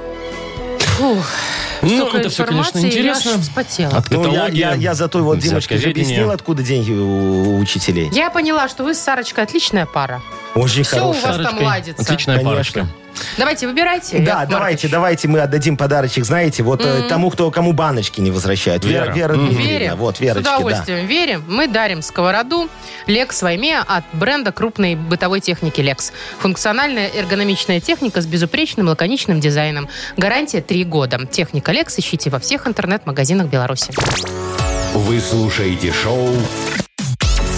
Фух, Ну, столько это всё, конечно, информации, интересно. я аж вспотела. От Ну, я, каталогия, я, я зато вот Димочке же взятковедение. объяснил, откуда деньги у, у учителей. Я поняла, что вы с Сарочкой отличная пара. Очень Всё у хорошая. вас там Сарочкой. ладится. Отличная Конечно. парочка. Давайте, выбирайте. Да, Яков давайте, Маркович. давайте мы отдадим подарочек, знаете, вот э, тому, кто кому баночки не возвращают. Вера, Вера. Вера Мгм. Дмитриевна. Верим. Вот, С Верочки, да. удовольствием верим. Мы дарим сковороду Lex Вайме от бренда крупной бытовой техники Lex. Функциональная эргономичная техника с безупречным лаконичным дизайном. Гарантия три года. Техника Lex ищите во всех интернет-магазинах Беларуси. Вы слушаете шоу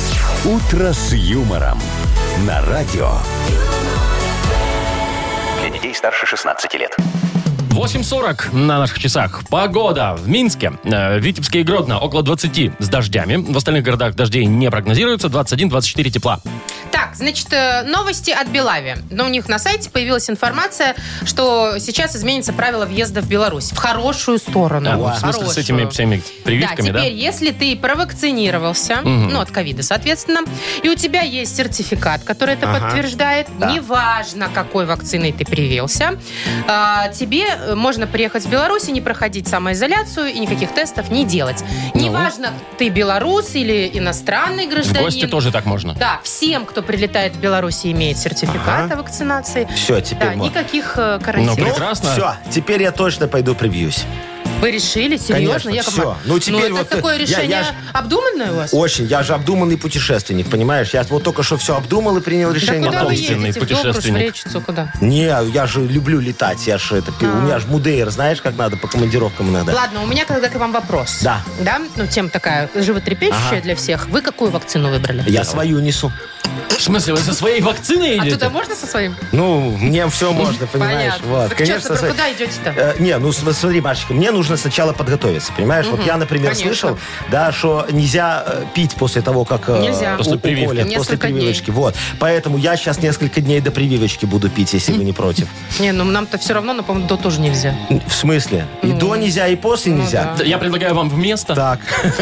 «Утро с юмором» на радио. Для детей старше шестнадцати лет. восемь сорок на наших часах. Погода в Минске, э, Витебске и Гродно около двадцати с дождями. В остальных городах дождей не прогнозируется. двадцать один - двадцать четыре тепла. Так, значит, э, новости от Белави. Но у них на сайте появилась информация, что сейчас изменится правило въезда в Беларусь. В хорошую сторону. А, ну, в смысле, с этими всеми прививками, да? да? Теперь, если ты провакцинировался, ну, от ковида, соответственно, и у тебя есть сертификат, который это Ага. подтверждает, Да. неважно, какой вакциной ты привился, а, тебе можно приехать в Беларусь и не проходить самоизоляцию, и никаких тестов не делать. Ну. Неважно, ты белорус или иностранный В гражданин. гости тоже так можно. Да, всем, кто прилетает в Беларусь и имеет сертификат Ага. о вакцинации. Все, теперь Да, можно. никаких э, карантинов. Ну, прекрасно. Все, теперь я точно пойду привьюсь. Вы решили? Серьезно? Конечно, Яков всё. Маркович? Ну, теперь это вот, такое я- решение я ж- обдуманное у вас? Очень. Я же обдуманный путешественник, понимаешь? Я вот только что все обдумал и принял Да решение. куда вы Потомственный едете? В Добруш, в путешественник. Речицу, куда? Не, я же люблю летать. Я же это, А. у меня же мудейр, знаешь, как надо по командировкам иногда. Ладно, у меня когда к вам вопрос. Да. Да? Ну, тема такая животрепещущая Ага. для всех. Вы какую вакцину выбрали? Я свою несу. В смысле, вы со своей вакциной А идете? туда можно со своим? Ну, мне все можно, понимаешь? Понятно. Вот, Так конечно. что, со- куда идете-то? Э, не, ну см- смотри, Машечка, мне нужно сначала подготовиться, понимаешь? Вот я, например, конечно. слышал, да, что нельзя э, пить после того, как э, Нельзя. После у- прививки. уколят, после Несколько дней. прививочки. Вот. Поэтому я сейчас несколько дней до прививочки буду пить, если вы не против. Не, ну нам-то все равно, но, по-моему, до тоже нельзя. В смысле? И до нельзя, и после Ну нельзя? Да, я предлагаю вам вместо. Так.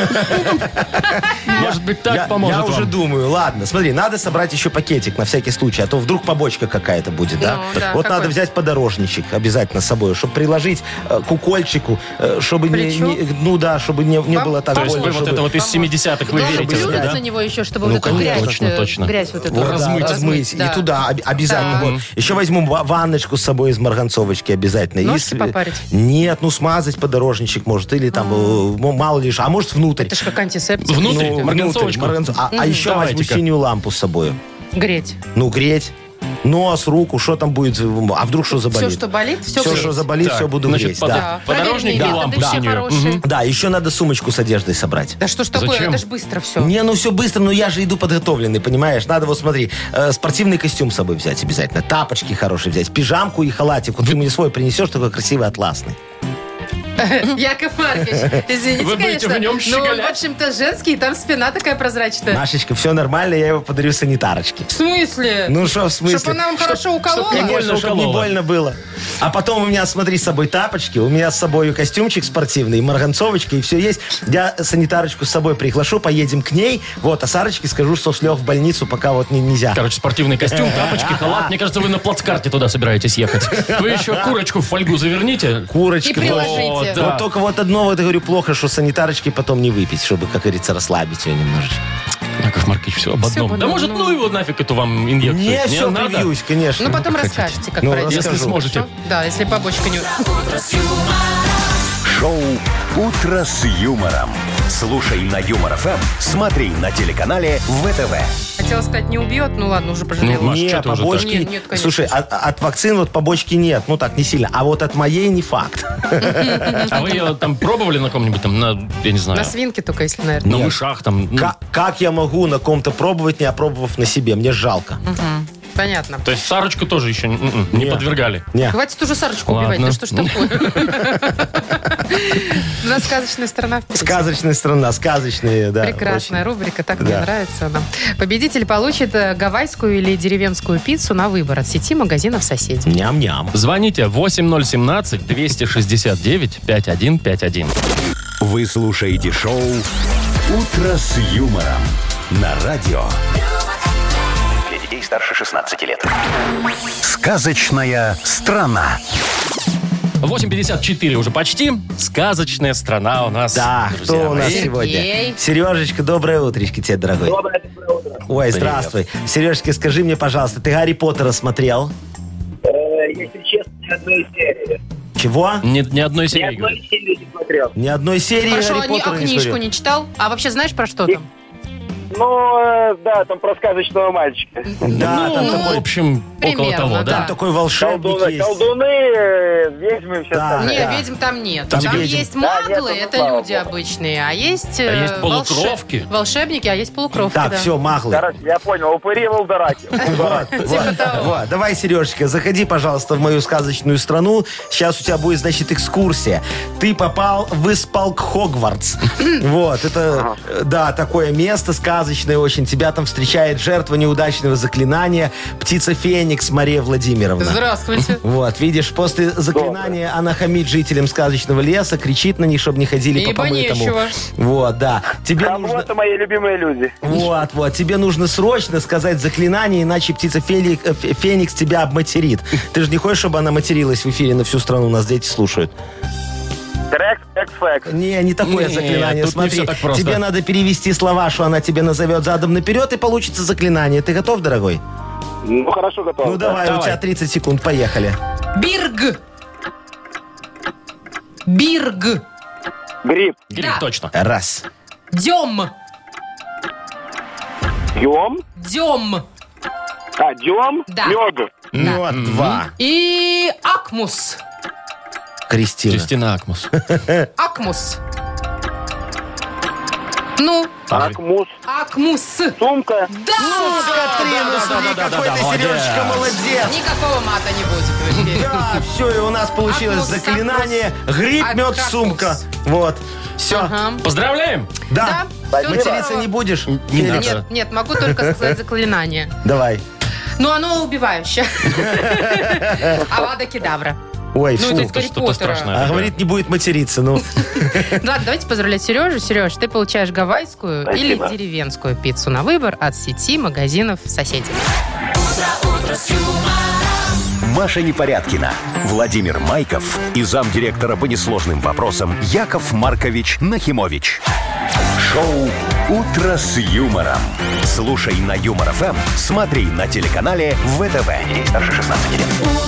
Может быть, так я, поможет я вам. уже думаю, ладно, смотри, надо собрать еще пакетик на всякий случай, а то вдруг побочка какая-то будет, да? Ну, да, вот какой? надо взять подорожничек обязательно с собой, чтобы приложить э, к укольчику, э, чтобы не, Плечу? не- ну да, чтобы не, не Вам было так То есть больно. вы вот чтобы- это вот из семидесятых вы Главное, верите, в это, плюнуть да? на него еще, чтобы Ну, вот эту конечно. грязь, Точно, э, точно. грязь вот эту Вот, да, размыть. размыть. да. И туда об- обязательно. Так. Вот. Еще возьму ва- ванночку с собой из марганцовочки обязательно. И Ножки с- попарить? Нет, ну смазать подорожничек может. Или там, э, м- мало ли, что, а может внутрь. Это ж как антисептик. Внутрь, Ну, марганцовочку. внутрь, марганцов- А, а еще возьму Давайте-ка. синюю лампу с собой. Греть. Ну, греть. Нос, руку, что там будет? А вдруг что заболит? Все, что болит, все Все, греть. что заболит, Так, все буду значит, греть. под- Да. Да, Подорожник проверенные и методы, лампу все синюю. хорошие. Да, еще надо сумочку с одеждой собрать. Да что ж такое, Зачем? это ж быстро все. Не, ну все быстро, но я же иду подготовленный, понимаешь? Надо вот смотри, э, спортивный костюм с собой взять обязательно, тапочки хорошие взять, пижамку и халатик. Вот ты мне свой принесешь, такой красивый атласный. Яков Маркович, извините, Вы будете конечно. в нем но, щеголять? в общем-то, женский, там спина такая прозрачная. Машечка, все нормально, я его подарю санитарочке. В смысле? Ну что в смысле? Чтобы она вам хорошо уколола? чтоб- Конечно, больно чтобы не уколола. больно было. А потом у меня, смотри, с собой тапочки, у меня с собой костюмчик спортивный, марганцовочка, и все есть. Я санитарочку с собой приглашу, поедем к ней, вот, а Сарочке скажу, что шлёг в больницу, пока вот не, нельзя. Короче, спортивный костюм, тапочки, халат. Мне кажется, вы на плацкарте туда собираетесь ехать. Вы еще курочку в фольгу заверните. Курочка. И приложите. О, Вот, да. вот только вот одно, вот, говорю, плохо, что санитарочки потом не выпить, чтобы, как говорится, расслабить ее немножечко. Яков Маркович, все об Всё одном. об Да одном, может, ну. ну его нафиг эту вам инъекцию. Не, все, надо? привьюсь, конечно. Ну, потом как хотите. расскажете, как Ну, пройдет. Если расскажу. сможете. Да, если побочка не... Шоу «Утро с юмором». Слушай на Юмор ФМ, смотри на телеканале ВТВ. Хотела сказать, не убьет, ну ладно, уже пожалела. Ну, Маш, Не, что ты уже побочки... так? Нет, нет, конечно. Слушай, от, от вакцин вот побочки нет, ну так, не сильно. А вот от моей не факт. А вы ее там пробовали на ком-нибудь там, на, я не знаю, На свинке только, если, наверное. на мышах там? ну, Как, как я могу на ком-то пробовать, не опробовав на себе? Мне жалко. Понятно. То есть Сарочку тоже еще м-м, не Не. подвергали? Не. Хватит уже Сарочку убивать, Ладно. да что ж такое? У нас сказочная страна впереди. Сказочная страна, сказочные, да. Прекрасная рубрика, так мне Да. нравится она. Победитель получит э, гавайскую или деревенскую пиццу на выбор от сети магазинов соседей. очень. Ням-ням. Звоните восемь ноль семнадцать двести шестьдесят девять пятьдесят один пятьдесят один. Вы слушаете шоу «Утро с юмором» на радио. Для детей старше шестнадцати лет. Сказочная страна. восемь пятьдесят четыре уже почти. Сказочная страна у нас. Да, друзья кто у нас мои. Сергей. сегодня? Сережечка, доброе утречко тебе, дорогой. Доброе доброе утро. Ой, здравствуй. Сережечка, скажи мне, пожалуйста, ты Гарри Поттера смотрел? Э, Если честно, ни одной серии. Чего? Ни, ни одной Ни серии. одной говорит. серии не смотрел. Ни одной серии Хорошо, Гарри а, не- а Поттера не книжку смотрел? не читал? А вообще знаешь, про что там? Ну, э, да, там про сказочного мальчика. Да, там Ну, такой, в общем, около примерно, того, да. да. там такой волшебник Колдуны, есть. колдуны, э, ведьмы, все Да. Не, остальное. ведьм там нет. Там Там, ведьм. есть Да, маглы, нет, это ну, слава люди богу. обычные, а есть, э, А есть волше- полукровки. волшебники, а есть полукровки, Так, да. все, маглы. Короче, я понял, упыри волдораки. Вот, вот, вот. Давай, Сережечка, заходи, пожалуйста, в мою сказочную страну. Сейчас у тебя будет, значит, экскурсия. Ты попал в исполк Хогвартс. Вот, это, э, да, такое место сказочное очень. Тебя там встречает жертва неудачного заклинания птица Феникс Мария Владимировна. Здравствуйте. Вот, видишь, после заклинания она хамит жителям сказочного леса, кричит на них, чтобы не ходили Ибо по помытому. нечего. Вот, да. Тебе А нужно... вот и мои любимые люди. Вот, вот. Тебе нужно срочно сказать заклинание, иначе птица Фелик- э, Фе- Феникс тебя обматерит. Ты же не хочешь, чтобы она материлась в эфире на всю страну? Нас дети слушают. Трек, трек, фэк. Не, не такое Не, заклинание. тут не Смотри, всё так просто. тебе надо перевести слова, что она тебе назовет задом наперед, и получится заклинание. Ты готов, дорогой? Ну, хорошо, готов. Ну, давай, у Давай. тебя тридцать секунд. Поехали. Бирг. Бирг. Гриб. Гриб, Да. точно. Раз. Дем. Дем. Дем. А, дем. Да. Мед. Ну, два. И Акмус. Кристина. Кристина Акмус. Акмус. Ну, Акмус. Акмус. Сумка. Да! Катрина, да, смотри, да, да, какой да, ты, молодец. Сережечка, молодец. Никакого мата не будет в эфире. Да, все, и у нас получилось Акмус, заклинание акмус. гриб, Ак- мед, акмус. сумка. Вот. Все. Ага. Поздравляем! Да. Да, всё Материться здорово. не будешь? Не Феликс? надо. Нет, нет, могу только сказать заклинание. Давай. Но оно убивающее. Авада кедавра. Ой, Ну, фу. это из Гарри что-то Поттера. страшное. А говорит, не будет материться, ну. Ладно, давайте поздравлять Сережу. Сереж, ты получаешь гавайскую Спасибо. или деревенскую пиццу на выбор от сети магазинов соседей. Маша Непорядкина, Владимир Майков и замдиректора по несложным вопросам Яков Маркович Нахимович. Шоу «Утро с юмором». Слушай на Юмор ФМ, смотри на телеканале ВТВ. Ей старше шестнадцати лет.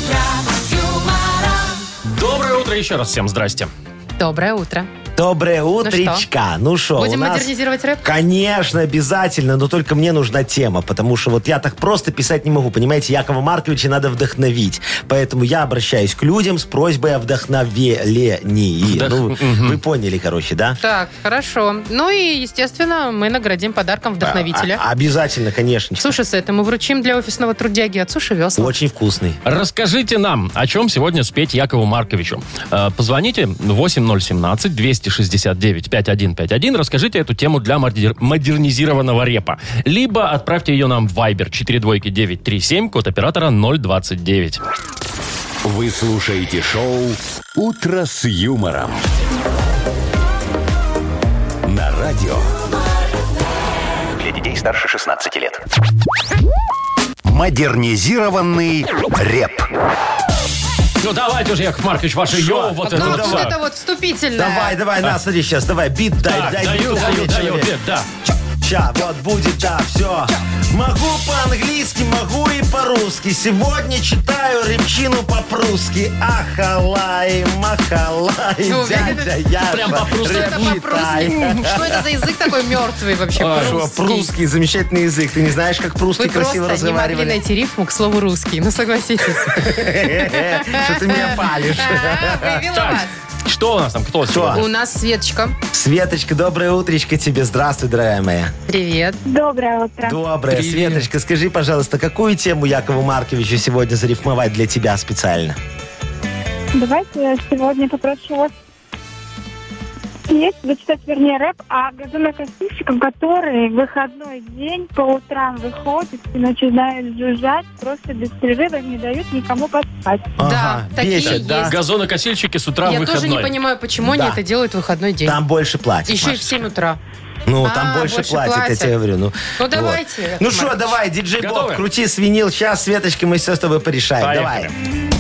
Доброе утро еще раз всем. Здрасте. Доброе утро. Доброе утречка. Ну что, Будем у нас... модернизировать рэп? Конечно, обязательно, но только мне нужна тема, потому что вот я так просто писать не могу, понимаете, Якова Марковича надо вдохновить, поэтому я обращаюсь к людям с просьбой о вдохновении. Вдох- Ну, вы поняли, короче, да? Так, хорошо. Ну и, естественно, мы наградим подарком вдохновителя. А- обязательно, конечно. Суши-сеты мы вручим для офисного трудяги от Суши Весла. Очень вкусный. Расскажите нам, о чем сегодня спеть Якову Марковичу. Э, Позвоните восемь ноль семнадцать двести шестьдесят девять пятьдесят один пятьдесят один. Расскажите эту тему для модер- модернизированного репа. Либо отправьте ее нам в Viber четыре двойки девять три семь, код оператора ноль двадцать девять. Вы слушаете шоу «Утро с юмором». На радио. Для детей старше шестнадцати лет. Модернизированный рэп. Ну давайте уже, Яков Маркович, ваше Шо? йоу, вот Ну, это вот вот всё. это вот вступительное. Давай, давай, на, смотри, сейчас, давай, бит дай, Так, дай, даю, биту, даю, мне, даю, человек. бит, да. Ща, вот будет, да, все. Могу по-английски, могу и по-русски. Сегодня читаю репчину по-прусски. Ахалай, махалай, Ну, дядя, я Прям по-прусски. Что это по-прусски? Что это за язык такой мертвый вообще? А, Что, Прусский. прусский, замечательный язык. Ты не знаешь, как Вы прусский красиво просто не могли разговаривали? найти рифму к слову русский. Ну, согласитесь. Что ты меня палишь? А, Вывела Так, вас. что у нас там? Кто Что? сегодня? У нас Светочка. Светочка, доброе утречко тебе. Здравствуй, дорогая моя. Привет. Доброе утро. Доброе. Привет. Светочка, скажи, пожалуйста, какую тему Якову Марковичу сегодня зарифмовать для тебя специально? Давайте я сегодня попрошу вас есть, зачитать, вернее, рэп о газонокосильщиках, которые в выходной день по утрам выходят и начинают жужжать, просто без перерыва не дают никому поспать. Ага, такие бесит, есть. да? Газонокосильщики с утра Я выходной. тоже не понимаю, почему они Да. это делают в выходной день. Там больше платят. Еще и в Машечка. семь утра. Ну, А, там больше, больше платят, платят. я тебе говорю. Ну, Ну, давайте, Яков Ну что, Маркович. давай, диджей Боб, Готовы? крути свинил. Сейчас, Светочка, мы все с тобой порешаем. Поехали. Давай.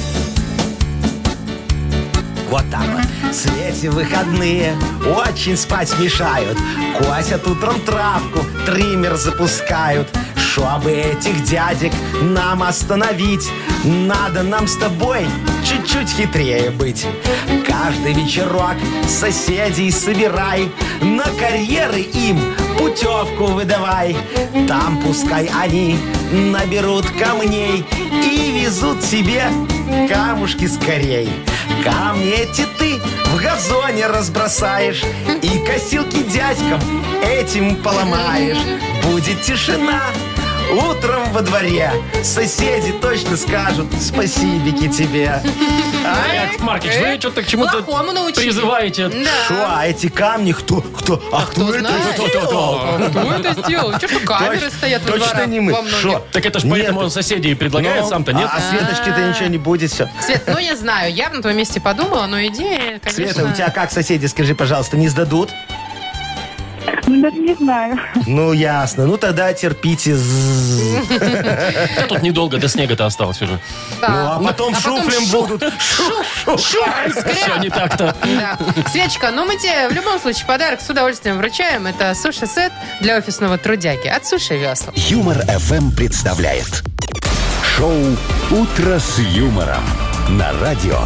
Вот так вот. В свете выходные очень спать мешают. Косят утром травку, триммер запускают. Чтобы этих дядек нам остановить, надо нам с тобой чуть-чуть хитрее быть. Каждый вечерок соседей собирай, на карьеры им путевку выдавай. Там пускай они наберут камней и везут себе камушки скорей. Камни эти ты в газоне разбросаешь и косилки дядькам этим поломаешь. Будет тишина утром во дворе. Соседи точно скажут спасибики тебе. А, Яков Маркович, вы что-то к чему-то Плохому научили. призываете. Шо, а эти камни кто? Кто? А кто, это знает? сделал? Кто это сделал? Что ж камеры Точ- стоят во Точно дворах не мы. во многих? Шо? Так это ж Нет. поэтому он соседей предлагает Ну, сам-то, нет? А, а Светочки-то ничего не будет, все. Свет, ну я знаю, я бы на твоем месте подумала, но идея, конечно... Света, у тебя как соседи, скажи, пожалуйста, не сдадут? Ну, даже не знаю. Ну, ясно. Ну, тогда терпите. З- Да тут недолго до снега-то осталось уже. Да. Ну, а потом а потом шуфлем шуф. будут. Шуф, шуф. Все не так-то. Да. Светочка, ну мы тебе в любом случае подарок с удовольствием вручаем. Это суши-сет для офисного трудяги от Суши Весла. Юмор эф эм представляет шоу «Утро с юмором» на радио.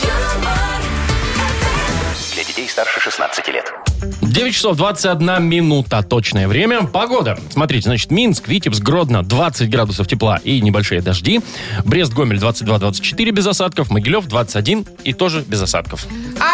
Для детей старше шестнадцати лет. девять часов двадцать одна минута. Точное время. Погода. Смотрите, значит, Минск, Витебск, Гродно двадцать градусов тепла и небольшие дожди. Брест, Гомель двадцать два двадцать четыре без осадков. Могилев двадцать один и тоже без осадков.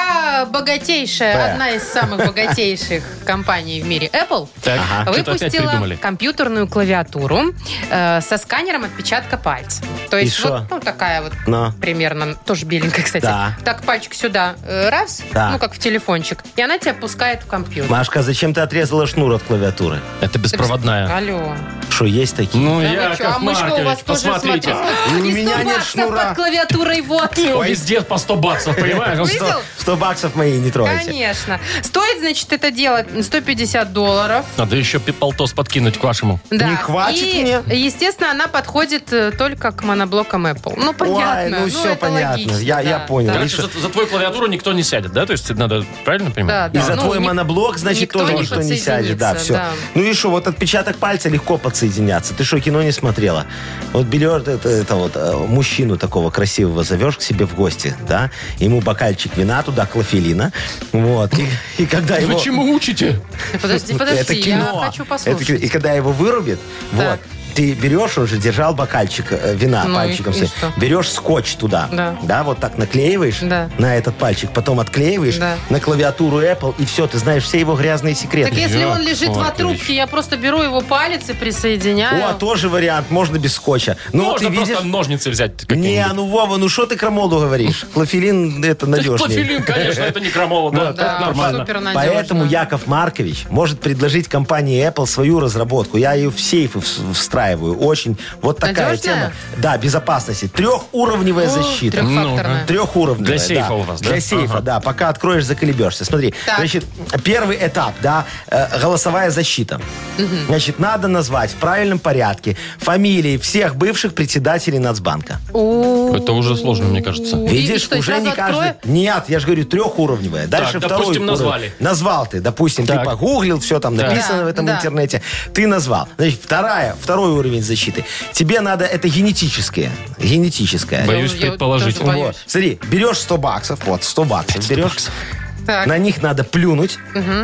А богатейшая, П. одна из самых богатейших компаний в мире, Apple, Так, что-то опять выпустила придумали. компьютерную клавиатуру э, со сканером отпечатка пальца. То есть шо? вот ну, такая вот Но. примерно, тоже беленькая, кстати. Да. Так пальчик сюда, э, раз, Да. ну как в телефончик, и она тебя пускает в компьютер. Машка, зачем ты отрезала шнур от клавиатуры? Это беспроводная. Алло. Что, есть такие? Ну, Да вы Яков чё, а мышка у вас Маркович, тоже, посмотрите. смотрите, У и меня сто нет баксов шнура. под клавиатурой, вот. Ну, везде по сто баксов, понимаешь? Ну, Видел? что? сто баксов мои не трогайте. Конечно. Стоит, значит, это дело сто пятьдесят долларов. Надо еще пи- полтос подкинуть к вашему. Да. Не хватит и, мне? естественно, она подходит э, только к моноблокам Apple. Ну, понятно. ну всё это понятно. логично, Я- я да, понял. да. Короче, за, за твою клавиатуру никто не сядет, да? То есть это надо правильно Да, понимать? да. И за Ну, твой ни- моноблок, значит, никто тоже не никто не сядет. Да, подсоединится, все. да. Ну и что, вот отпечаток пальца легко подсоединяться. Ты что, кино не смотрела? Вот берешь это, это вот э, мужчину такого красивого зовешь к себе в гости, да? Ему бокальчик вина, туда клофелина. Вот. И, и когда его... Вы чему учите? Подожди, подожди, Это кино. я хочу Это послушать. кино. И когда его вырубит, Так. вот, ты берешь, он же держал бокальчик э, вина Ну, пальчиком. и- и все. что? Берешь скотч туда. Да. вот так наклеиваешь Да. на этот пальчик, потом отклеиваешь Да. на клавиатуру Apple, и все, ты знаешь все его грязные секреты. Так если Яков он лежит в Маркович. отрубке, я просто беру его палец и присоединяю. О, тоже вариант, можно без скотча. Ну, Можно ты просто видишь... ножницы взять Не, какие-нибудь. ну Вова, ну что ты крамолу говоришь? Клофелин это надежнее. Клофелин, конечно, это не крамола, да, Да, это нормально. супер надежно. Поэтому Яков Маркович может предложить компании Apple свою разработку. Я ее в сейфы вс- встраиваю. Очень вот такая Надежная? тема. Да, безопасности. Трехуровневая защита. Трехфакторная. Трехуровневая. Для сейфа да. у вас, да? Для сейфа, Ага. да. Пока откроешь, заколебешься. Смотри, Так. значит, первый этап, да, э, голосовая защита. Значит, надо назвать в правильном порядке фамилии всех бывших председателей Нацбанка. У-у-у. Это уже сложно, мне кажется. И- Видишь, и что, уже сразу не каждый... открою? Нет, я же говорю, трехуровневая. Дальше Так, второй допустим, уровень. назвали. Назвал ты, допустим, Так. ты погуглил, все там Так. написано Да, в этом да. интернете. Ты назвал. Значит, вторая, второй уровень защиты. Тебе надо, это генетическое. Генетическое. Боюсь Я предположить. тоже боюсь. Вот. Смотри, берешь сто баксов, вот, сто баксов берешь. Так. На них надо плюнуть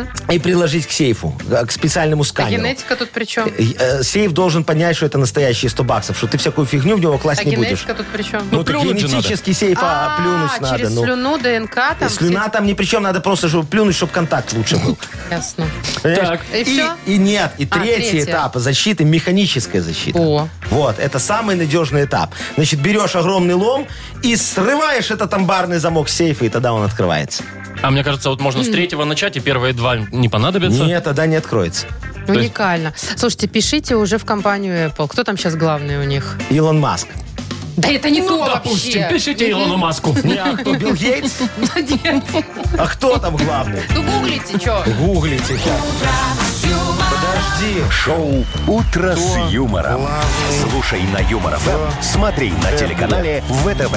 и приложить к сейфу, к специальному А сканеру. генетика тут при чем? Э, э, Сейф должен понять, что это настоящие сто баксов, что ты всякую фигню в него класть А не будешь. генетика тут при чем? Ну, так плюнуть же генетический сейф, а, плюнуть надо. через ну. слюну, ДНК там. Слюна все там ни при чем, надо просто чтобы плюнуть, чтобы контакт лучше был. эти- Ясно. Понимаешь? Так. И всё? И нет, и А, третий третье. этап защиты, механическая защита. О. Вот, это самый надежный этап. Значит, берешь огромный лом и срываешь этот амбарный замок сейфа, и тогда он открывается. А мне кажется, вот можно с третьего начать, и первые два не понадобятся. Нет, тогда не откроется. Уникально. Слушайте, пишите уже в компанию Apple. Кто там сейчас главный у них? Илон Маск. Да это не Ну, то допустим, вообще. пишите Илону Маску. Не, а кто, Билл Гейтс? Нет. А кто там главный? Ну гуглите, что? Гуглите. щас. Подожди. Шоу «Утро с юмором». Слушай на Юмор ФМ, смотри на телеканале ВТВ.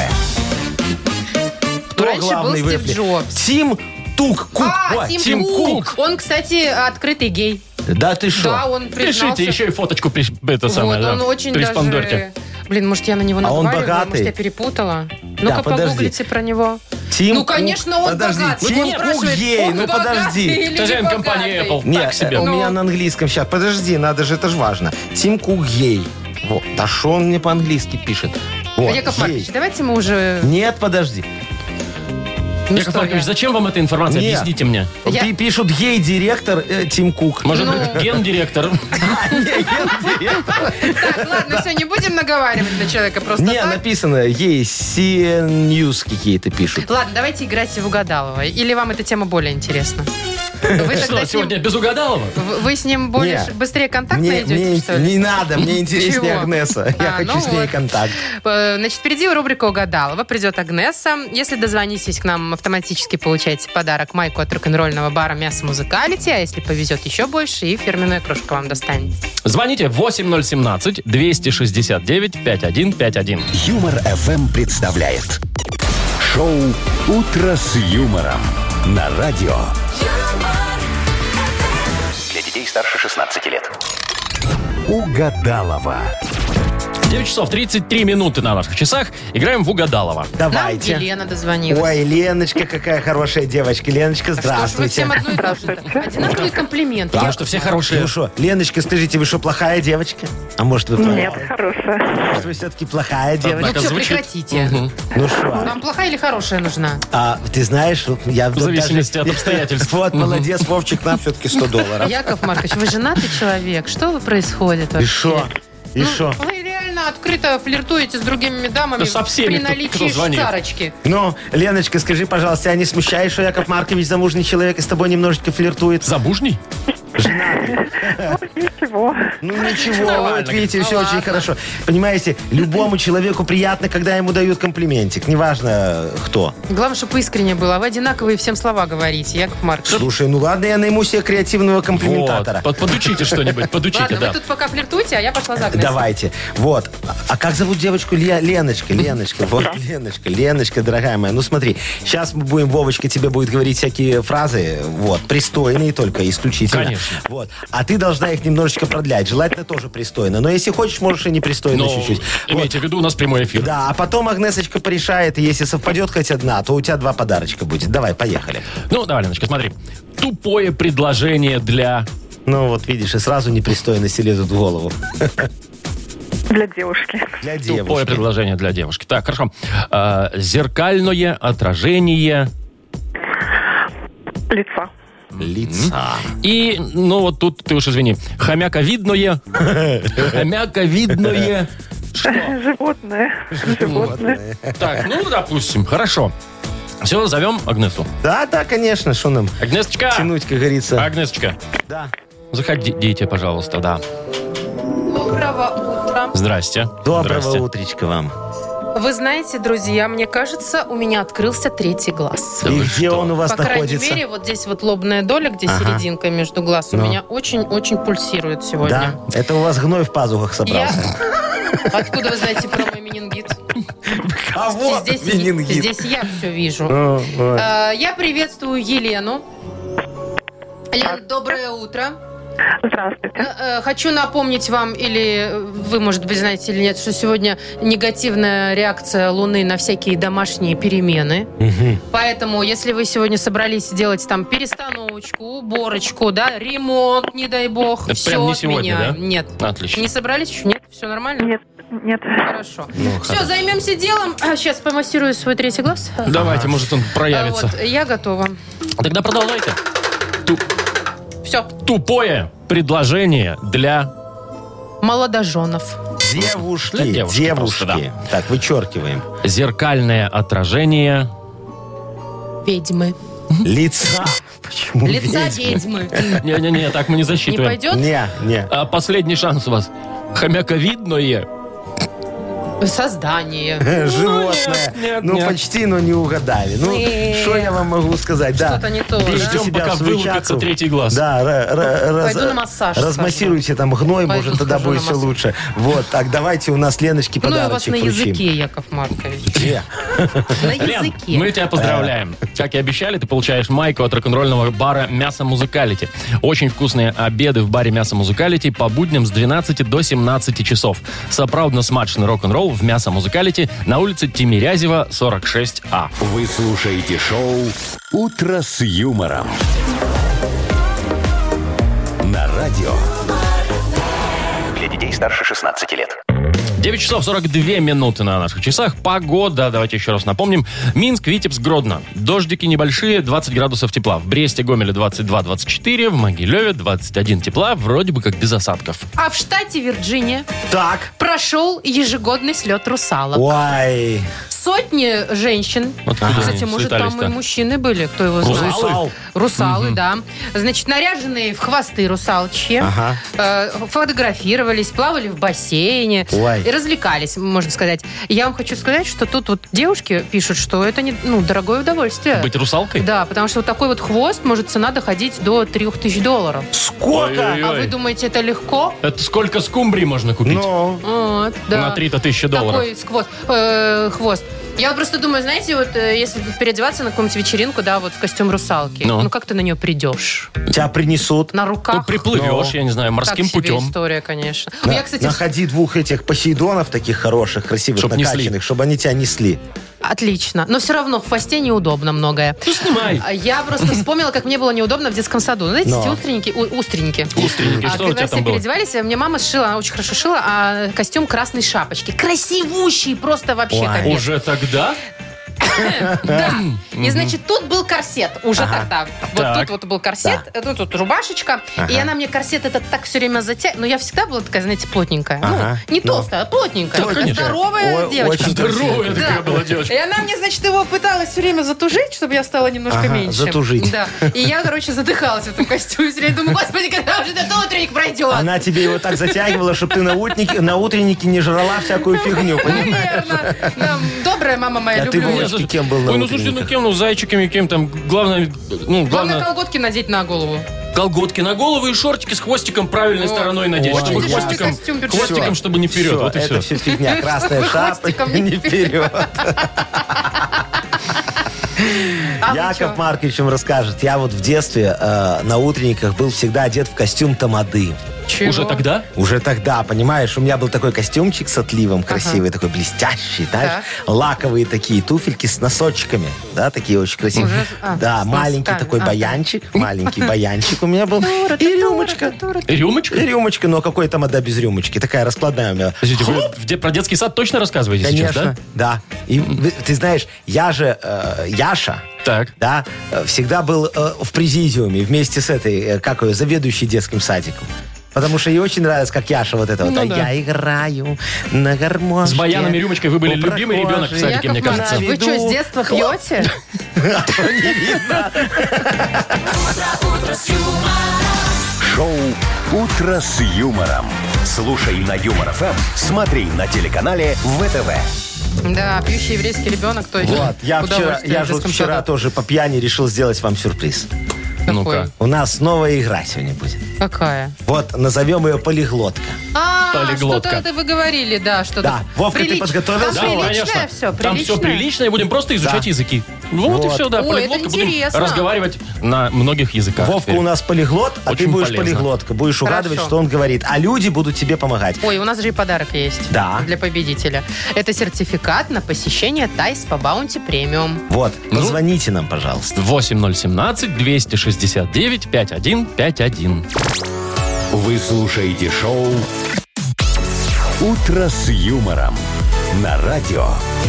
Кто Раньше был главный Стив в Apple? Джобс. Тим Тук. Кук. А, Ой, Тим, Тим Кук. Он, кстати, открытый гей. Да ты что? Да, он признался. Пишите еще и фоточку приш- это самое, Вот, да, он очень приспондорьте. даже... Блин, может, я на него А он наговариваю? богатый? Может, я перепутала? Ну-ка, подожди. погуглите про него. Тим Ну, Кук. конечно, он Подожди, богат. Тим Он Кук спрашивает, гей, он ну богатый подожди. или Хозяин не компании богатый? Apple. Нет, Так себе. у Ну. меня на английском сейчас. Подожди, надо же, это же важно. Тим Кук гей. Вот. Да что он мне по-английски пишет? Вот, Яков гей. Маркович, давайте мы уже... Нет, подожди. Ну Яков что Маркович, я? зачем вам эта информация? Нет. Объясните мне. Я- Пи- Пишут гей-директор э, Тим Кук. Может Ну. быть, гендиректор? Так, ладно, все, не будем наговаривать на человека просто Не, так. написано гей, Си Эн Ньюс какие-то пишут. Ладно, давайте играть в угадалово. Или вам эта тема более интересна? Вы Что, тогда с ним, сегодня без угадалова? в- вы с ним более Не. ш- быстрее контакт Мне, найдете, мне что ли? не надо, мне интереснее Чего? Агнеса. Я А, хочу ну с ней вот. контакт. Э, Значит, впереди рубрика «Угадалова». Придет Агнеса. Если дозвонитесь к нам, автоматически получаете подарок майку от рок-н-ролльного бара «Мясо Музыкалити». А если повезет еще больше, и фирменная кружка вам достанется. Звоните восемь ноль семнадцать двести шестьдесят девять пятьдесят один пятьдесят один. Юмор эф эм представляет шоу «Утро с юмором» на радио. Для детей старше шестнадцати лет. Угадалова. девять часов тридцать три минуты на наших часах. Играем в Угадалова. Нам Давайте. Елена дозвонилась. Ой, Леночка, какая хорошая девочка. Леночка, Что ж вы здравствуйте. всем одно и то же. Одинаковые комплименты. Потому Я- что все хорошие. Ну что, Леночка, скажите, вы что, плохая девочка? А может, вы Нет, плохая? хорошая. Может, вы все-таки плохая Ну девочка? Однако все, звучит- прекратите. Ну что? Вам плохая или хорошая нужна? А, ты знаешь, вот я... В зависимости от обстоятельств. Вот, молодец, Вовчик, нам все-таки сто долларов. Яков Маркович, вы женатый человек. Что вы происходит И вообще? что? И Ну, что? Вы реально открыто флиртуете с другими дамами Да со всеми, при кто- наличии кто звонит. шцарочки. Ну, Леночка, скажи, пожалуйста, а не смущаешь, что Яков Маркович замужний человек и с тобой немножечко флиртует? Забужний? Ничего. Ну ничего, Нормально. вот видите, Ну, все ладно. очень хорошо. Понимаете, любому человеку приятно, когда ему дают комплиментик. Неважно, э, кто. Главное, чтобы искренне было. Вы одинаковые всем слова говорите, Яков Маркович. Слушай, ну ладно, я найму себе креативного Вот. комплиментатора. Под- Подучите что-нибудь, подучите, Ладно, да. вы тут пока флиртуете, а я пошла за Агнесой. Давайте. Вот. А, а как зовут девочку? Ле- Леночка, Леночка. Вот, Леночка, Леночка, дорогая моя. Ну смотри, сейчас мы будем, Вовочка тебе будет говорить всякие фразы, вот, пристойные только, исключительно. Конечно. Вот. А ты должна их немножечко продлять. Желательно тоже пристойно. Но если хочешь, можешь и непристойно Но чуть-чуть. Вот. имейте в виду, у нас прямой эфир. Да, а потом Агнесочка порешает, и если совпадет хоть одна, то у тебя два подарочка будет. Давай, поехали. Ну, давай, Леночка, смотри. Тупое предложение для... Ну вот, видишь, и сразу непристойности лезут в голову. Для девушки. Для Тупое девушки. предложение для девушки. Так, хорошо. А, зеркальное отражение... Лица. Лица. И, ну вот тут, ты уж извини, хомяковидное... Хомяковидное... Животное. Животное. Так, ну, допустим, хорошо. Все, зовем Агнесу. Да, да, конечно, что нам Агнесочка! тянуть, как говорится. Агнесочка, Да. заходите, пожалуйста, да. Доброго утра. Здрасте. Доброго Здрасте. утречка вам. Вы знаете, друзья, мне кажется, у меня открылся третий глаз. Да И вы где что? он у вас По крайней находится? мере, вот здесь вот лобная доля, где Ага. серединка между глаз, у Ну. меня очень-очень пульсирует сегодня. Да, это у вас гной в пазухах Я... собрался. Откуда вы знаете про мой менингит? Кого? Здесь, Менингит. здесь я все вижу. О, ой. Э, Я приветствую Елену. Лен, доброе утро. Здравствуйте. Э, э, Хочу напомнить вам, или вы, может быть, знаете или нет, что сегодня негативная реакция Луны на всякие домашние перемены. Мгм. Поэтому, если вы сегодня собрались делать там перестановочку, уборочку, да, ремонт, не дай бог, Это все прям не сегодня, отменяем. да? Нет. Отлично. Не собрались еще? Нет? Все нормально? Нет, нет. Хорошо. Все, займемся делом. Сейчас помассирую свой третий глаз. Давайте, может, он А проявится. вот, я готова. Тогда продолжайте. Ту- Все. Тупое предложение для... Молодоженов. Девушки, Для девушки девушки. просто, Так, вычеркиваем. Зеркальное отражение... Ведьмы. Лица. Почему Лица ведьмы? ведьмы. Не-не-не, так мы не Не засчитываем. пойдет? Не, не. А, последний шанс у вас. Хомяковидное... Создание. Животное. нет, нет, Ну, нет. почти, но не угадали. Ну, Нет. что я вам могу сказать? Да. Что-то не то, Бейте да? Ждем, себя пока в свою вылупится чакру. третий глаз. Да, ра- ра- раз- Пойду на массаж размассируйте там гной, Пойду может, тогда схожу будет на все массаж. лучше. Вот, так, давайте у нас Леночке Ну и у вас подарочек на вручим. языке, Яков Маркович. Где? На Лен, языке. мы тебя поздравляем. Как и обещали, ты получаешь майку от рок-н-ролльного бара «Мясо Музыкалити». Очень вкусные обеды в баре «Мясо Музыкалити» по будням с двенадцати до семнадцати часов. Сапраўдно смачный рок-н-ролл стол в мясо-музыкалити на улице Тимирязева, сорок шесть А. Вы слушаете шоу «Утро с юмором» на радио. Для детей старше шестнадцати лет. девять часов сорок две минуты на наших часах. Погода, давайте еще раз напомним. Минск, Витебск, Гродно. Дождики небольшие, двадцать градусов тепла. В Бресте, Гомеле двадцать два двадцать четыре, в Могилеве двадцать один тепла, вроде бы как без осадков. А в штате Вирджиния Так. прошел ежегодный слет русалок. Ой. Сотни женщин, Откуда кстати, они может, там слетались-то? и мужчины были, кто его знает. Русалы? Русалы, да. Значит, наряженные в хвосты русалчьи, Ага. э, фотографировались, плавали в бассейне Ой. и развлекались, можно сказать. Я вам хочу сказать, что тут вот девушки пишут, что это не, ну, дорогое удовольствие. Быть русалкой? Да, потому что вот такой вот хвост может цена доходить до трех тысяч долларов. Сколько? Ой-ой-ой. А вы думаете, это легко? Это сколько скумбрий можно купить? Ну, Вот, да. На три-то тысячи долларов. Такой сквоз- э, хвост. Я вот просто думаю, знаете, вот э, если переодеваться на какую-нибудь вечеринку, да, вот в костюм русалки, Ну. ну, как ты на нее придешь? тебя принесут. На Ну, руках? приплывешь, Ну. я не знаю, Так морским себе путем. история, конечно. На- Я, кстати, Находи двух этих посейдонов таких хороших, красивых, Чтоб несли. накачанных, чтобы они тебя несли. отлично. Но все равно в хвосте неудобно многое. Ну, снимай. А Я просто вспомнила, как мне было неудобно в детском саду. Ну, знаете, Но. эти устренники, у- устренники. Устренники, А что у когда тебя все там было? переодевались, мне мама сшила, она очень хорошо шила, а костюм красной шапочки. Красивущий, просто вообще Ой. капец. Уже тогда? Да. И, значит, тут был корсет уже Ага. тогда. Вот Так. тут вот был корсет, ну, тут рубашечка. И она мне корсет этот так все время затягивала. Но я всегда была такая, знаете, плотненькая. Ага. Ну, не Ну. толстая, а плотненькая. Да, конечно. Здоровая Ой, девочка. очень Здоровая Да. такая была девочка. И она мне, значит, его пыталась все время затужить, чтобы я стала немножко Ага, меньше. затужить. Да. И я, короче, задыхалась в этом костюме. Все время думаю, господи, когда уже этот утренник пройдет? Она тебе его так затягивала, чтобы ты на, утнике, на утреннике не жрала всякую фигню. понимаешь? Наверное. Да, добрая мама моя, А ты, люблю ее. Вовочки, кем был на Ой, ну слушайте, ну утренниках? кем, ну зайчиками, кем там, главное, ну, Главное, главное, колготки надеть на голову. колготки на голову и шортики с хвостиком правильной О, стороной надеть, очень чтобы дешевый хвостиком, костюм, бюджетный. хвостиком, чтобы не вперед, Всё, вот и это все. все фигня. Красная Чтобы шапка, хвостиком не не вперед. А вы Яков чё? Маркович вам расскажет. Я вот в детстве э, на утренниках был всегда одет в костюм тамады. Чего? Уже тогда? Уже тогда, понимаешь, у меня был такой костюмчик с отливом, красивый, такой блестящий, знаешь, лаковые такие туфельки с носочками, да, такие очень красивые. Уже- а, да, с маленький носками, такой ага. баянчик, маленький баянчик у меня был. И рюмочка. Рюмочка? И рюмочка, но какой тамада без рюмочки? Такая раскладная у меня. Подождите, вы в де- про детский сад точно рассказываете сейчас, Конечно, да? да. И вы- ты знаешь, я же, э, Яша, Так. да, э, всегда был э, в президиуме вместе с этой, э, как ее, заведующей детским садиком. Потому что ей очень нравилось, как Яша вот это вот. Ну а да. я играю на гармошке. С баяном и рюмочкой вы были у любимый ребенок в прохожих. садике, мне Яков кажется. Маркович, вы что, с детства пьете? Шоу «Утро с юмором». Слушай на Юмор ФМ, смотри на телеканале ВТВ. Да, пьющий еврейский ребенок, то есть Вот, я вчера, удовольствие я в же вот детском вчера саду. тоже по пьяни решил сделать вам сюрприз. Ну-ка. У нас новая игра сегодня будет. Какая? Вот, назовем ее полиглотка. А, Полиглотка. что-то это вы говорили, да, что-то. Да. Вовка, ты прилич- подготовился? Там Да, приличное конечно. все, Там все прилично, и будем просто изучать Да. языки. Вот, и Вот. все, да. Ой, Полиглотка, это будем интересно. разговаривать на многих языках. Вовка теперь. у нас полиглот, а ты Очень будешь полезно. полиглотка. Будешь угадывать, Хорошо. что он говорит. А люди будут тебе помогать. Ой, у нас же и подарок есть. Да. Для победителя. Это сертификат на посещение Тайс по Баунти Премиум. Вот, Ну? позвоните нам, пожалуйста. восемь ноль семнадцать двести шестьдесят девять пятьдесят один пятьдесят один. Вы слушаете шоу «Утро с юмором» на радио.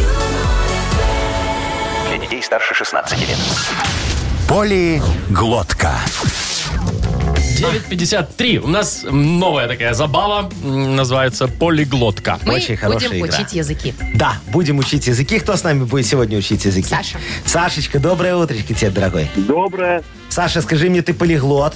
Для детей старше шестнадцати лет. Полиглотка. девять пятьдесят три. У нас новая такая забава. м, Называется полиглотка. Мы Очень хорошая будем игра. учить языки. Да, будем учить языки. Кто с нами будет сегодня учить языки? Саша. Сашечка, доброе утречко тебе, дорогой. Доброе. Саша, скажи мне, ты полиглот?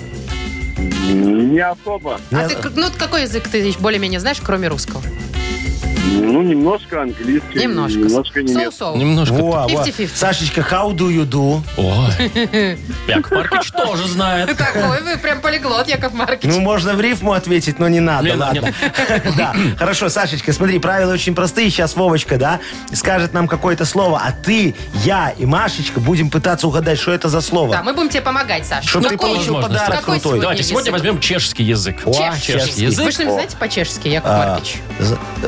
Не особо. А Не- ты, к- ну, какой язык ты более-менее знаешь, кроме русского? Ну, немножко английский. Немножко. Немножко немецкий. Соу-соу. Немножко. Во, во. Фифти-фифти. Сашечка, how do you do? Ой. Яков Маркович тоже знает. Какой вы прям полиглот, Яков Маркович. Ну, можно в рифму ответить, но не надо, Не, ладно. Да. Хорошо, Сашечка, смотри, правила очень простые. Сейчас Вовочка, да, скажет нам какое-то слово, а ты, я и Машечка будем пытаться угадать, что это за слово. Да, мы будем тебе помогать, Саша. Чтоб ты Какой- получил возможность. подарок Какой крутой. Давайте сегодня язык? возьмем чешский язык. О, Чешский. чешский язык. Вы что-нибудь знаете по-чешски, Яков А, Маркович? з- Знаю.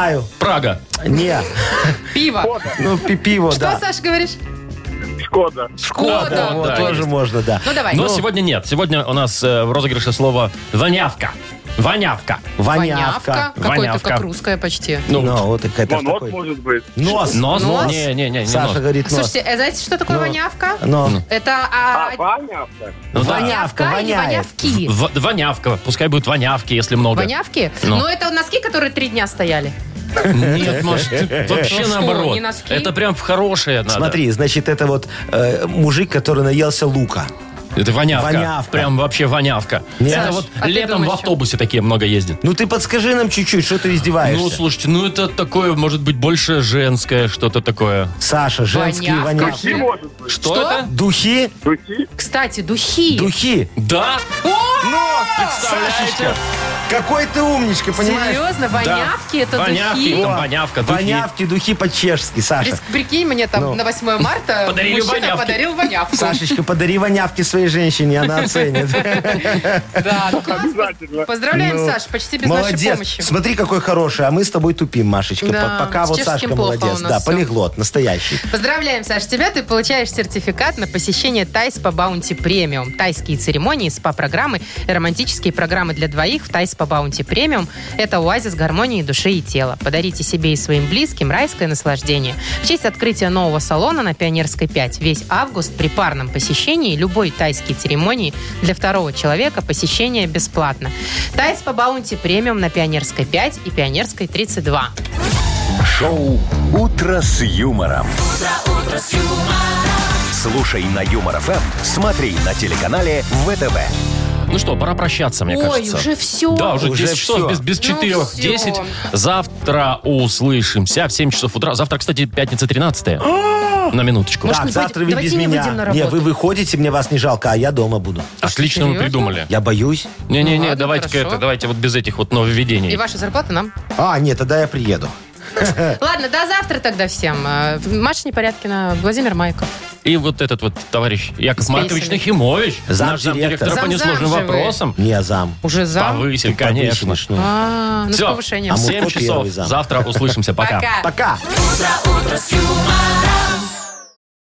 знаю. Прага. Не. Пиво. Ну, пи- пиво, Что, да. Саша, говоришь? Шкода. Шкода, Шкода, вот, да, тоже есть. можно, да. Ну, давай. Но Ну, сегодня нет. Сегодня у нас э, в розыгрыше слово «вонявка». Вонявка. Вонявка. Какой-то Вонявка. как русская почти. Ну, Ну, вот это Ну, нос такой. может быть. Нос. нос. Нос? Не, не, не, не Саша нос. говорит нос. Слушайте, э, знаете, что такое Ну. вонявка? Но. Это А, а, понятно. Ну, да. Вонявка, или воняет. вонявки? В- вонявка. Пускай будет вонявки, если много. Вонявки? Ну. Ну, это носки, которые три дня стояли. Нет, Маш, ты вообще Ну что, наоборот. не носки? Это прям в хорошее надо. Смотри, значит, это вот э, мужик, который наелся лука. Это вонявка. Вонявка. Прям вообще вонявка. Нет. Это Саш, вот а ты летом думаешь, в автобусе такие много ездят. Ну ты подскажи нам чуть-чуть, что ты издеваешься? Ну, слушайте, ну это такое, может быть, больше женское что-то такое. Саша, женские Вонявка. вонявки. Не может быть. Что, Что? это? Духи? Духи? Кстати, духи. Духи. Да? Ну, Представляете? Сашечка, какой ты умничка, понимаешь? Серьезно? Вонявки? Это Вонявки, духи? там вонявка, духи. Вонявки, духи по-чешски, Саша. Прис- Прикинь, мне там Ну. на восьмое марта Подарили мужчина вонявки. подарил вонявку. Сашечка, подари вонявки своей женщине, она оценит. Да, ну класс. Обязательно. Поздравляем, Ну, Саш, почти без нашей Молодец. помощи. Смотри, какой хороший. А мы с тобой тупим, Машечка. Да, По- Пока с вот чешским Сашка плохо молодец. у нас Да, всё. полиглот, настоящий. Поздравляем, Саш, тебя. Ты получаешь сертификат на посещение Тайспа Баунти Премиум. Тайские церемонии, спа-программы и романтические программы для двоих в Тайспа Баунти Премиум – это оазис гармонии души и тела. Подарите себе и своим близким райское наслаждение. В честь открытия нового салона на Пионерской пять весь август при парном посещении любой тайской церемонии для второго человека посещение бесплатно. Тайспа Баунти Премиум на Пионерской пять и Пионерской тридцать два. Шоу «Утро с юмором». Слушай на Юмор ФМ, смотри на телеканале ВТВ. Ну что, пора прощаться, мне Ой, кажется. уже все. Да, уже, Уже десять часов, всё. без, без Ну четырех, всё. десять. Завтра услышимся в семь часов утра. Завтра, кстати, пятница тринадцатая. На минуточку. Может, Так, не завтра пойдем- вы без давайте не меня. выйдем на Не, работу. вы выходите, мне вас не жалко, а я дома буду. Отлично мы Серьезно? придумали. Я боюсь. Не-не-не, Ну ладно, давайте-ка хорошо. это, давайте вот без этих вот нововведений. И ваша зарплата нам. А, нет, тогда я приеду. Ладно, до завтра тогда всем. Э, Маша Непорядкина, Владимир Майков. И вот этот вот товарищ Яков Спейсами. Маркович Нахимович, Замдиректор. наш замдиректора по Зам-зам несложным же вы. вопросам, Не, зам. Уже зам? повысили, конечно. Повысишь, ну. А, ну с Все, повышением. А мы семь кто часов. первый зам? Завтра услышимся. Пока. Пока. Пока. Утро, утро с юмором.